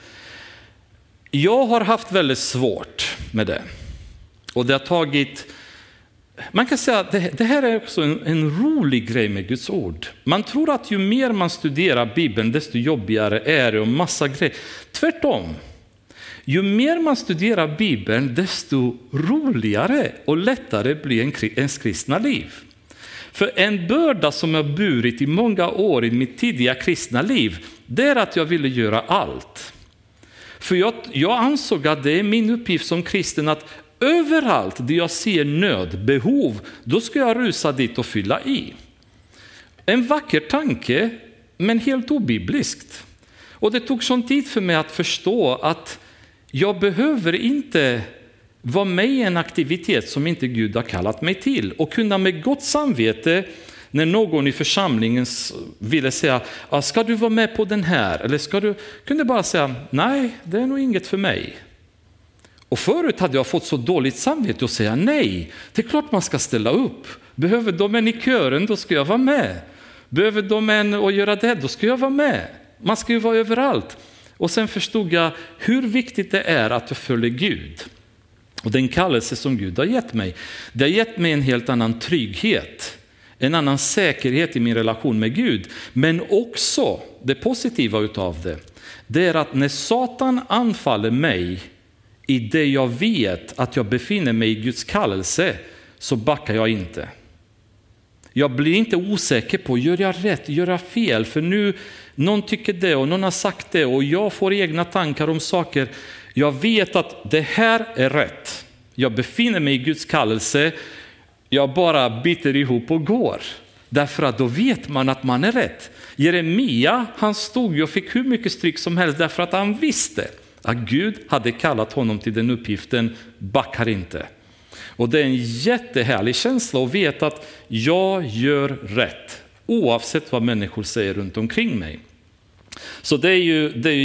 Jag har haft väldigt svårt med det. Och det har tagit... Man kan säga att det här är också en rolig grej med Guds ord. Man tror att ju mer man studerar Bibeln, desto jobbigare är det och massa grejer. Tvärtom. Ju mer man studerar Bibeln, desto roligare och lättare blir ens kristna liv. För en börda som jag burit i många år i mitt tidiga kristna liv, det är att jag ville göra allt. För jag ansåg att det är min uppgift som kristen att överallt där jag ser nöd, behov, då ska jag rusa dit och fylla i. En vacker tanke, men helt obibliskt. Och det tog sån tid för mig att förstå att jag behöver inte vara med i en aktivitet som inte Gud har kallat mig till. Och kunna med gott samvete, när någon i församlingen ville säga, ska du vara med på den här? Eller kunde bara säga, nej, det är nog inget för mig. Och förut hade jag fått så dåligt samvete att säga nej. Det är klart man ska ställa upp. Behöver de en i kören, då ska jag vara med. Behöver de en att göra det, då ska jag vara med. Man ska ju vara överallt. Och sen förstod jag hur viktigt det är att jag följer Gud. Och den kallelse som Gud har gett mig, det har gett mig en helt annan trygghet. En annan säkerhet i min relation med Gud. Men också det positiva utav det är att när Satan anfaller mig i det jag vet att jag befinner mig i Guds kallelse, så backar jag inte. Jag blir inte osäker på, gör jag rätt, gör jag fel? För nu, någon tycker det och någon har sagt det och jag får egna tankar om saker. Jag vet att det här är rätt. Jag befinner mig i Guds kallelse. Jag bara biter ihop och går. Därför att då vet man att man är rätt. Jeremia, han stod och fick hur mycket stryk som helst därför att han visste att Gud hade kallat honom till den uppgiften, backar inte. Och det är en jättehärlig känsla att veta att jag gör rätt, oavsett vad människor säger runt omkring mig. Så det är ju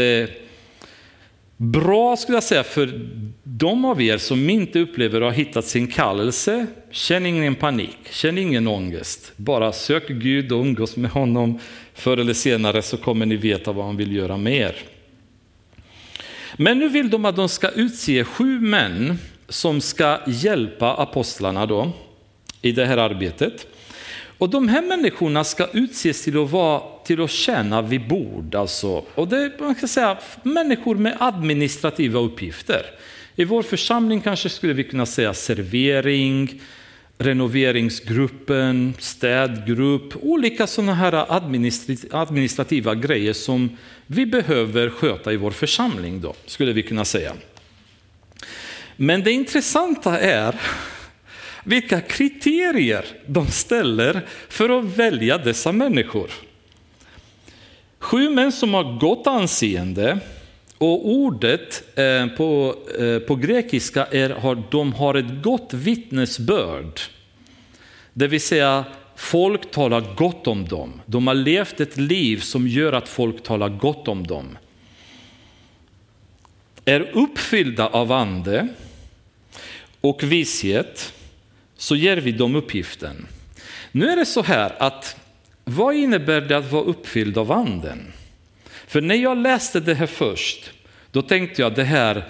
jättebra, skulle jag säga, för de av er som inte upplever att ha hittat sin kallelse. Känn ingen panik, känn ingen ångest. Bara sök Gud och umgås med honom. Förr eller senare så kommer ni veta vad han vill göra med er. Men nu vill de att de ska utse 7 män som ska hjälpa apostlarna då i det här arbetet. Och de här människorna ska utses till att tjäna vid bord. Alltså. Och det man kan säga människor med administrativa uppgifter. I vår församling kanske skulle vi kunna säga servering, renoveringsgruppen, städgrupp, olika sådana här administrativa grejer som vi behöver sköta i vår församling då, skulle vi kunna säga. Men det intressanta är vilka kriterier de ställer för att välja dessa människor. 7 män som har gott anseende, och ordet på grekiska de har ett gott vittnesbörd. Det vill säga folk talar gott om dem. De har levt ett liv som gör att folk talar gott om dem. Är uppfyllda av ande och vishet, så ger vi dem uppgiften. Nu är det så här att vad innebär det att vara uppfylld av anden? För när jag läste det här först, då tänkte jag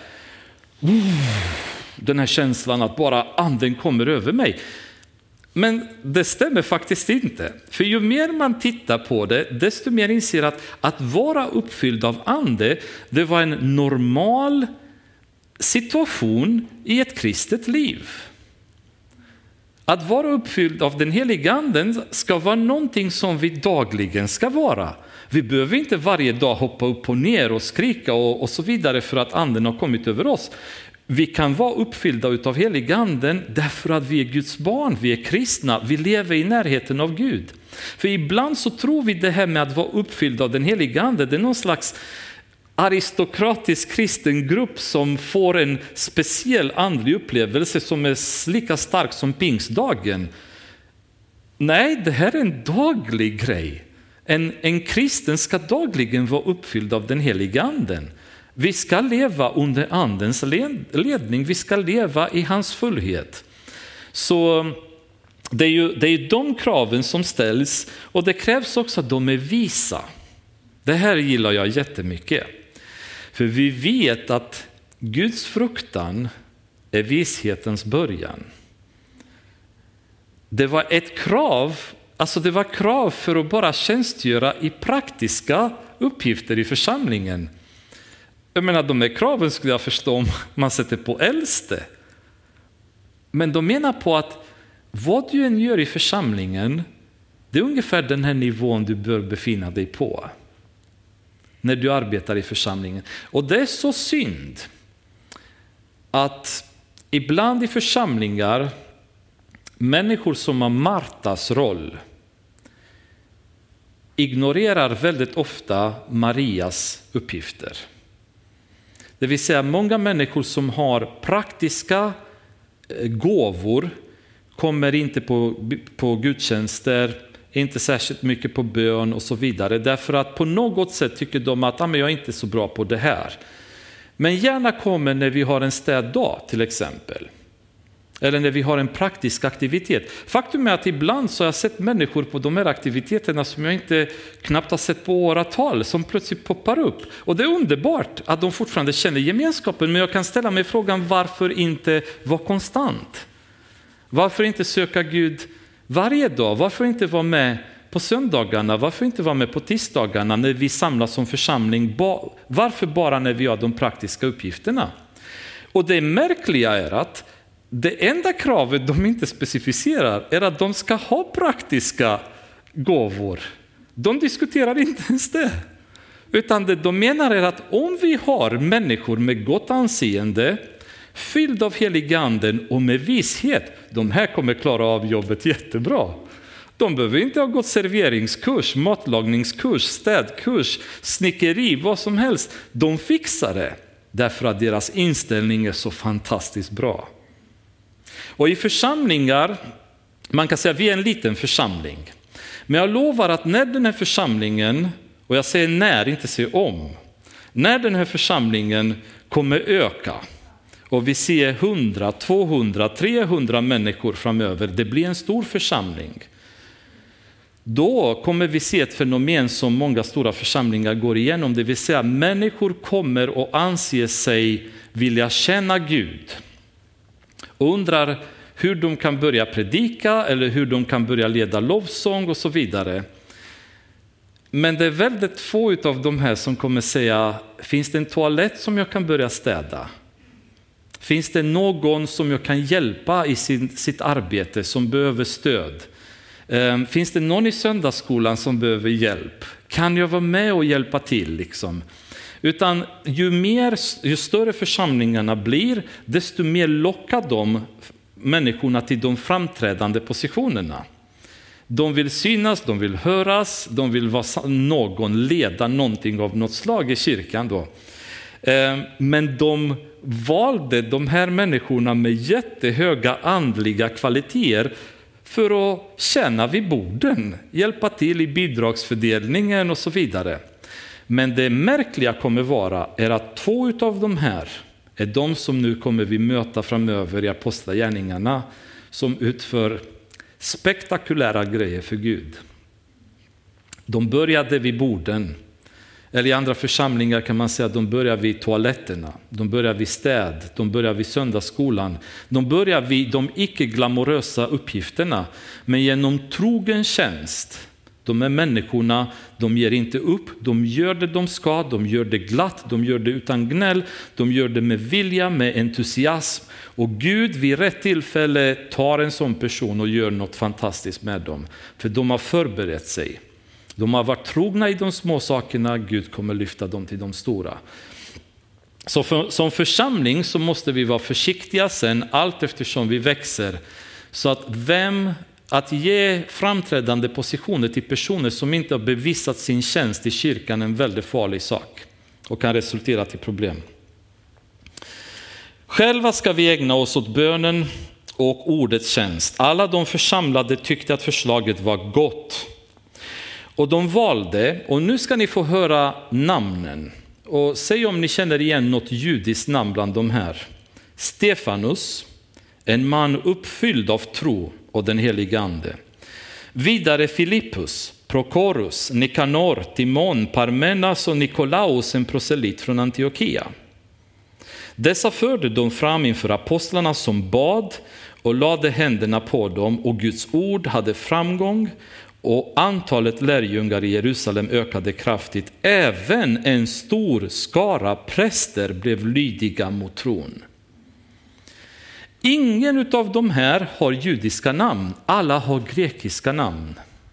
den här känslan att bara anden kommer över mig. Men det stämmer faktiskt inte. För ju mer man tittar på det, desto mer inser att vara uppfylld av ande, det var en normal situation i ett kristet liv. Att vara uppfylld av den heliga anden ska vara någonting som vi dagligen ska vara. Vi behöver inte varje dag hoppa upp och ner och skrika och så vidare för att anden har kommit över oss. Vi kan vara uppfyllda av heliga anden därför att vi är Guds barn, vi är kristna, vi lever i närheten av Gud. För ibland så tror vi det här med att vara uppfylld av den heliga anden, det är någon slags aristokratisk kristen grupp som får en speciell andlig upplevelse som är lika stark som pingstdagen. Nej, det här är en daglig grej. En kristen ska dagligen vara uppfylld av den heliga anden. Vi ska leva under andens ledning, vi ska leva i hans fullhet. Så det är de kraven som ställs, och det krävs också att de är visa. Det här gillar jag jättemycket. För vi vet att Guds fruktan är vishetens början. Det var ett krav, det var krav för att bara tjänstgöra i praktiska uppgifter i församlingen. Jag menar, de här kraven skulle jag förstå om man sätter på äldste. Men de menar på att vad du än gör i församlingen, det är ungefär den här nivån du bör befinna dig på när du arbetar i församlingen. Och det är så synd att ibland i församlingar människor som har Martas roll ignorerar väldigt ofta Marias uppgifter. Det vill säga många människor som har praktiska gåvor kommer inte på gudstjänster, inte särskilt mycket på bön och så vidare. Därför att på något sätt tycker de att jag är inte så bra på det här. Men gärna kommer när vi har en städdag till exempel. Eller när vi har en praktisk aktivitet. Faktum är att ibland så har jag sett människor på de här aktiviteterna som jag inte knappt har sett på åratal, som plötsligt poppar upp. Och det är underbart att de fortfarande känner gemenskapen, men jag kan ställa mig frågan, varför inte vara konstant? Varför inte söka Gud varje dag? Varför inte vara med på söndagarna? Varför inte vara med på tisdagarna när vi samlas som församling? Varför bara när vi har de praktiska uppgifterna? Och det märkliga är att det enda kravet de inte specificerar är att de ska ha praktiska gåvor. De diskuterar inte ens det. Utan det de menar är att om vi har människor med gott anseende, fylld av heliga anden och med vishet, de här kommer klara av jobbet jättebra. De behöver inte ha gått serveringskurs, matlagningskurs, städkurs, snickeri, vad som helst. De fixar det därför att deras inställning är så fantastiskt bra. Och i församlingar, man kan säga att vi är en liten församling. Men jag lovar att när den här församlingen, och jag säger när, inte säger om, när den här församlingen kommer öka och vi ser 100, 200, 300 människor framöver, det blir en stor församling. Då kommer vi se ett fenomen som många stora församlingar går igenom, det vill säga människor kommer och anser sig vilja känna Gud. Och undrar hur de kan börja predika eller hur de kan börja leda lovsång och så vidare. Men det är väldigt få av de här som kommer säga, finns det en toalett som jag kan börja städa? Finns det någon som jag kan hjälpa i sitt arbete som behöver stöd? Finns det någon i söndagsskolan som behöver hjälp? Kan jag vara med och hjälpa till liksom? Utan ju större församlingarna blir, desto mer lockar de människorna till de framträdande positionerna. De vill synas, de vill höras, de vill vara leda någonting av något slag i kyrkan då. Men de valde de här människorna med jättehöga andliga kvaliteter för att tjäna vid borden, hjälpa till i bidragsfördelningen och så vidare. Men det märkliga kommer vara är att 2 av de här är de som nu kommer vi möta framöver i apostlagärningarna som utför spektakulära grejer för Gud. De började vid borden. Eller i andra församlingar kan man säga att de börjar vid toaletterna, de börjar vid städ, de börjar vid söndagsskolan. De börjar vid de icke-glamorösa uppgifterna, men genom trogen tjänst. De är människorna, de ger inte upp, de gör det de ska, de gör det glatt, de gör det utan gnäll, de gör det med vilja, med entusiasm. Och Gud vid rätt tillfälle tar en sån person och gör något fantastiskt med dem. För de har förberett sig. De har varit trogna i de små sakerna, Gud kommer lyfta dem till de stora. Så som församling så måste vi vara försiktiga sen allt eftersom vi växer. Så att ge framträdande positioner till personer som inte har bevisat sin tjänst i kyrkan är en väldigt farlig sak och kan resultera till problem. Själva ska vi ägna oss åt bönen och ordets tjänst. Alla de församlade tyckte att förslaget var gott. Och de valde, och nu ska ni få höra namnen. Och säg om ni känner igen något judiskt namn bland de här. Stefanus, en man uppfylld av tro och den heliga ande. Vidare Filippus, Prokorus, Nikanor, Timon, Parmenas och Nikolaus, en proselyt från Antiochia. Dessa förde de fram inför apostlarna som bad och lade händerna på dem, och Guds ord hade framgång och antalet lärjungar i Jerusalem ökade kraftigt. Även en stor skara präster blev lydiga mot tron. Ingen av de här har judiska namn, alla har grekiska namn.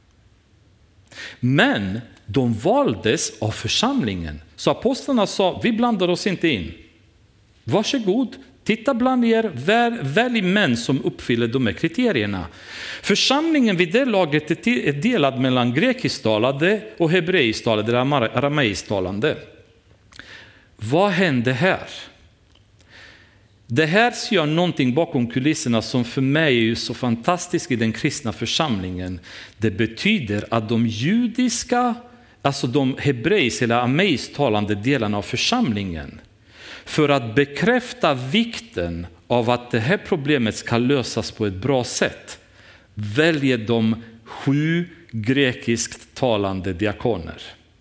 Men de valdes av församlingen. Så apostlarna sa, vi blandar oss inte in. Varsågod, titta bland er, välj män som uppfyller de här kriterierna. Församlingen vid det laget är delad mellan grekisktalande och hebreistalande, aramaistalande. Vad hände här? Det här ser jag någonting bakom kulisserna som för mig är ju så fantastiskt i den kristna församlingen. Det betyder att de judiska, alltså de hebreisk eller arameisktalande delarna av församlingen, för att bekräfta vikten av att det här problemet ska lösas på ett bra sätt, väljer de 7 grekiskt talande diakoner.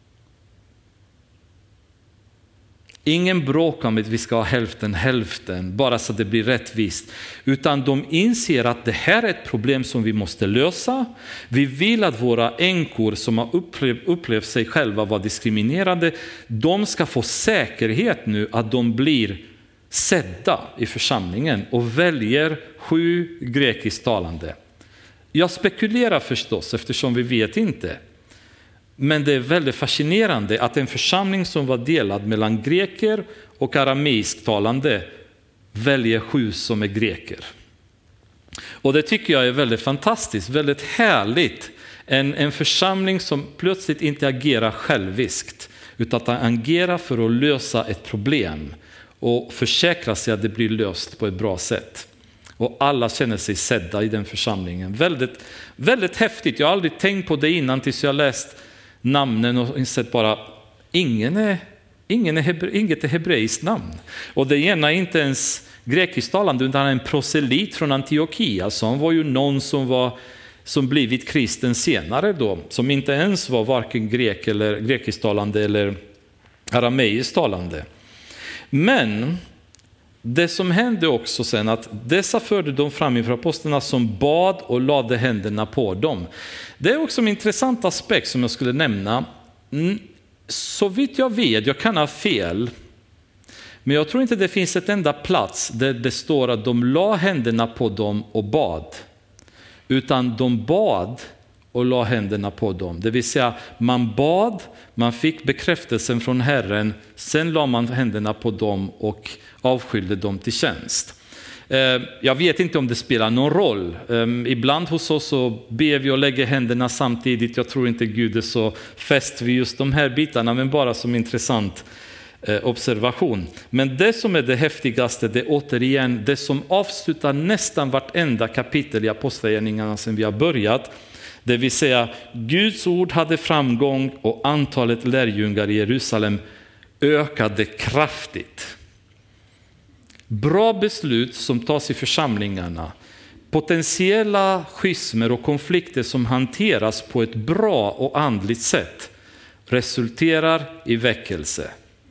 Ingen bråk om att vi ska ha hälften, bara så att det blir rättvist. Utan de inser att det här är ett problem som vi måste lösa. Vi vill att våra änkor som har upplevt sig själva vara diskriminerade, de ska få säkerhet nu att de blir sedda i församlingen, och väljer 7 grekiskt talande. Jag spekulerar förstås eftersom vi vet inte. Men det är väldigt fascinerande att en församling som var delad mellan greker och arameisktalande väljer 7 som är greker. Och det tycker jag är väldigt fantastiskt, väldigt härligt. En församling som plötsligt inte agerar själviskt, utan att agerar för att lösa ett problem och försäkra sig att det blir löst på ett bra sätt. Och alla känner sig sedda i den församlingen. Väldigt, väldigt häftigt. Jag har aldrig tänkt på det innan tills jag läst namnen och insett bara inget är hebreiskt namn. Och det ena är inte ens grekisktalande utan en proselyt från Antiochia. Så han var ju någon som blivit kristen senare då, som inte ens var varken grek eller grekisktalande eller arameisktalande. Men det som hände också sen, att dessa förde de fram inför apostlarna som bad och lade händerna på dem. Det är också en intressant aspekt som jag skulle nämna. Så vitt jag vet, jag kan ha fel, Men jag tror inte det finns ett enda plats där det står att de la händerna på dem och bad. Utan de bad och la händerna på dem. Det vill säga man bad, man fick bekräftelsen från Herren, sen la man händerna på dem och avskilde dem till tjänst. Jag vet inte om det spelar någon roll. Ibland hos oss så ber vi och lägger händerna samtidigt. Jag tror inte Gud är så fäst vid just de här bitarna, men bara som intressant observation. Men det som är det häftigaste, det är återigen det som avslutar nästan vartenda kapitel i Apostlagärningarna sedan vi har börjat. Det vill säga Guds ord hade framgång och antalet lärjungar i Jerusalem ökade kraftigt. Bra beslut som tas i församlingarna, potentiella schismer och konflikter som hanteras på ett bra och andligt sätt resulterar i väckelse.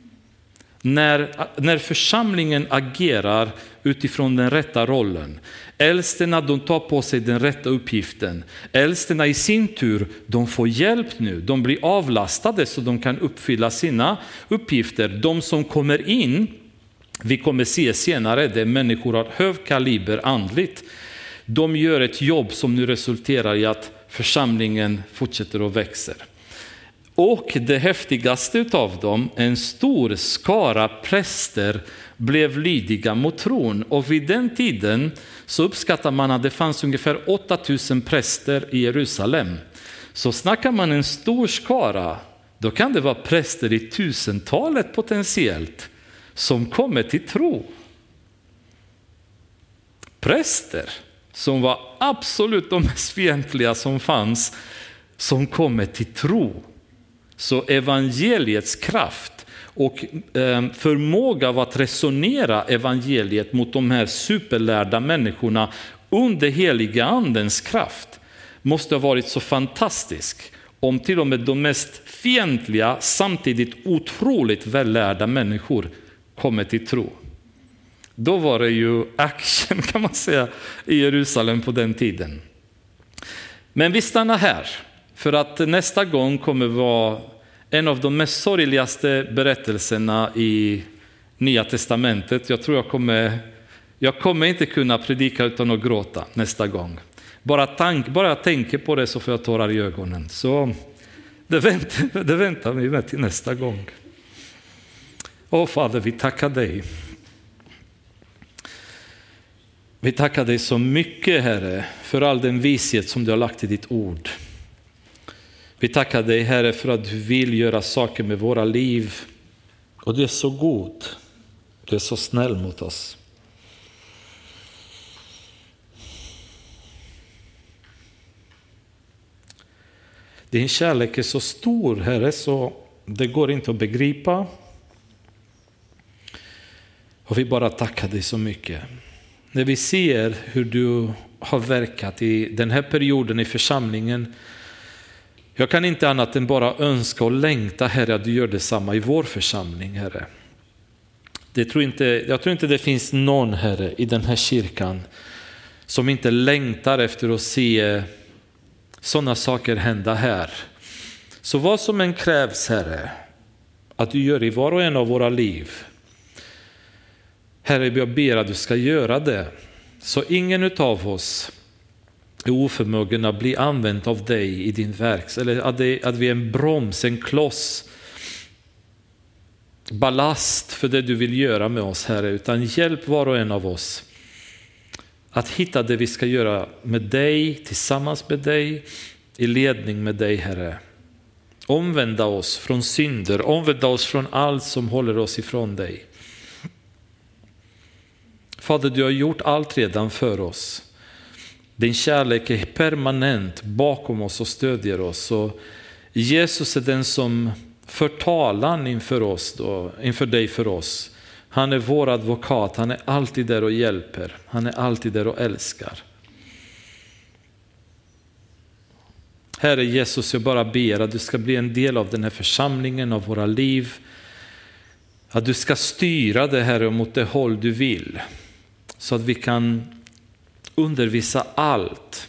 När församlingen agerar utifrån den rätta rollen, äldsterna de tar på sig den rätta uppgiften, äldsterna i sin tur de får hjälp nu, de blir avlastade så de kan uppfylla sina uppgifter. De som kommer in, vi kommer se senare, det är människor av hög kaliber andligt. De gör ett jobb som nu resulterar i att församlingen fortsätter och växer. Och det häftigaste utav dem, en stor skara präster blev lydiga mot tron. Och vid den tiden så uppskattar man att det fanns ungefär 8000 präster i Jerusalem. Så snackar man en stor skara, då kan det vara präster i tusentalet potentiellt som kommer till tro. Präster som var absolut de mest fientliga som fanns, som kommer till tro. Så evangeliets kraft och förmåga av att resonera evangeliet mot de här superlärda människorna under heliga andens kraft måste ha varit så fantastisk, om till och med de mest fientliga samtidigt otroligt vällärda människor kommer till tro. Då var det ju action kan man säga i Jerusalem på den tiden. Men vi stannar här. För att nästa gång kommer vara en av de mest sorgligaste berättelserna i Nya testamentet. Jag tror jag kommer inte kunna predika utan att gråta nästa gång. Bara jag tänker på det så får jag tårar i ögonen. Så det väntar vi med till nästa gång. Åh Fader, vi tackar dig. Vi tackar dig så mycket, Herre, för all den vishet som du har lagt i ditt ord. Vi tackar dig, Herre, för att du vill göra saker med våra liv. Och du är så god. Du är så snäll mot oss. Din kärlek är så stor, Herre, så det går inte att begripa. Och vi bara tackar dig så mycket. När vi ser hur du har verkat i den här perioden i församlingen. Jag kan inte annat än bara önska och längta, Herre, att du gör detsamma i vår församling, Herre. Jag tror inte det finns någon, Herre, i den här kyrkan som inte längtar efter att se sådana saker hända här. Så vad som än krävs, Herre, att du gör i var och en av våra liv. Herre, jag ber att du ska göra det. Så ingen utav oss är oförmögen att bli använd av dig i din verk. Eller att vi är en broms, en kloss, ballast för det du vill göra med oss, Herre. Utan hjälp var och en av oss att hitta det vi ska göra med dig, tillsammans med dig, i ledning med dig, Herre. Omvända oss från synder, omvända oss från allt som håller oss ifrån dig. Fader, du har gjort allt redan för oss. Din kärlek är permanent bakom oss och stödjer oss. Och Jesus är den som för talan inför dig för oss. Han är vår advokat, han är alltid där och hjälper. Han är alltid där och älskar. Herre Jesus, jag bara ber att du ska bli en del av den här församlingen, av våra liv. Att du ska styra det, Herre, mot det håll du vill. Så att vi kan undervisa allt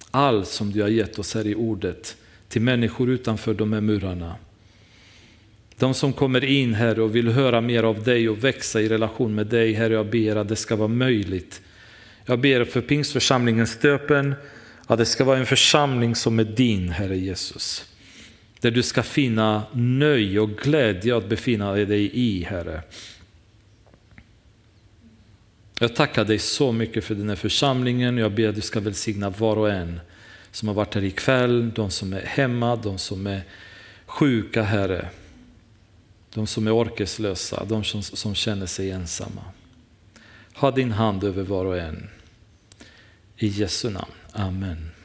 som du har gett oss här i ordet till människor utanför de här murarna. De som kommer in, Herre, och vill höra mer av dig och växa i relation med dig, Herre, jag ber att det ska vara möjligt. Jag ber för Pingstförsamlingens stöpen, att det ska vara en församling som är din, Herre Jesus. Där du ska finna nöje och glädje att befinna dig i, Herre. Jag tackar dig så mycket för den här församlingen. Jag ber att du ska välsigna var och en som har varit här ikväll, de som är hemma, de som är sjuka, Herre. De som är orkeslösa, de som känner sig ensamma. Ha din hand över var och en. I Jesu namn. Amen.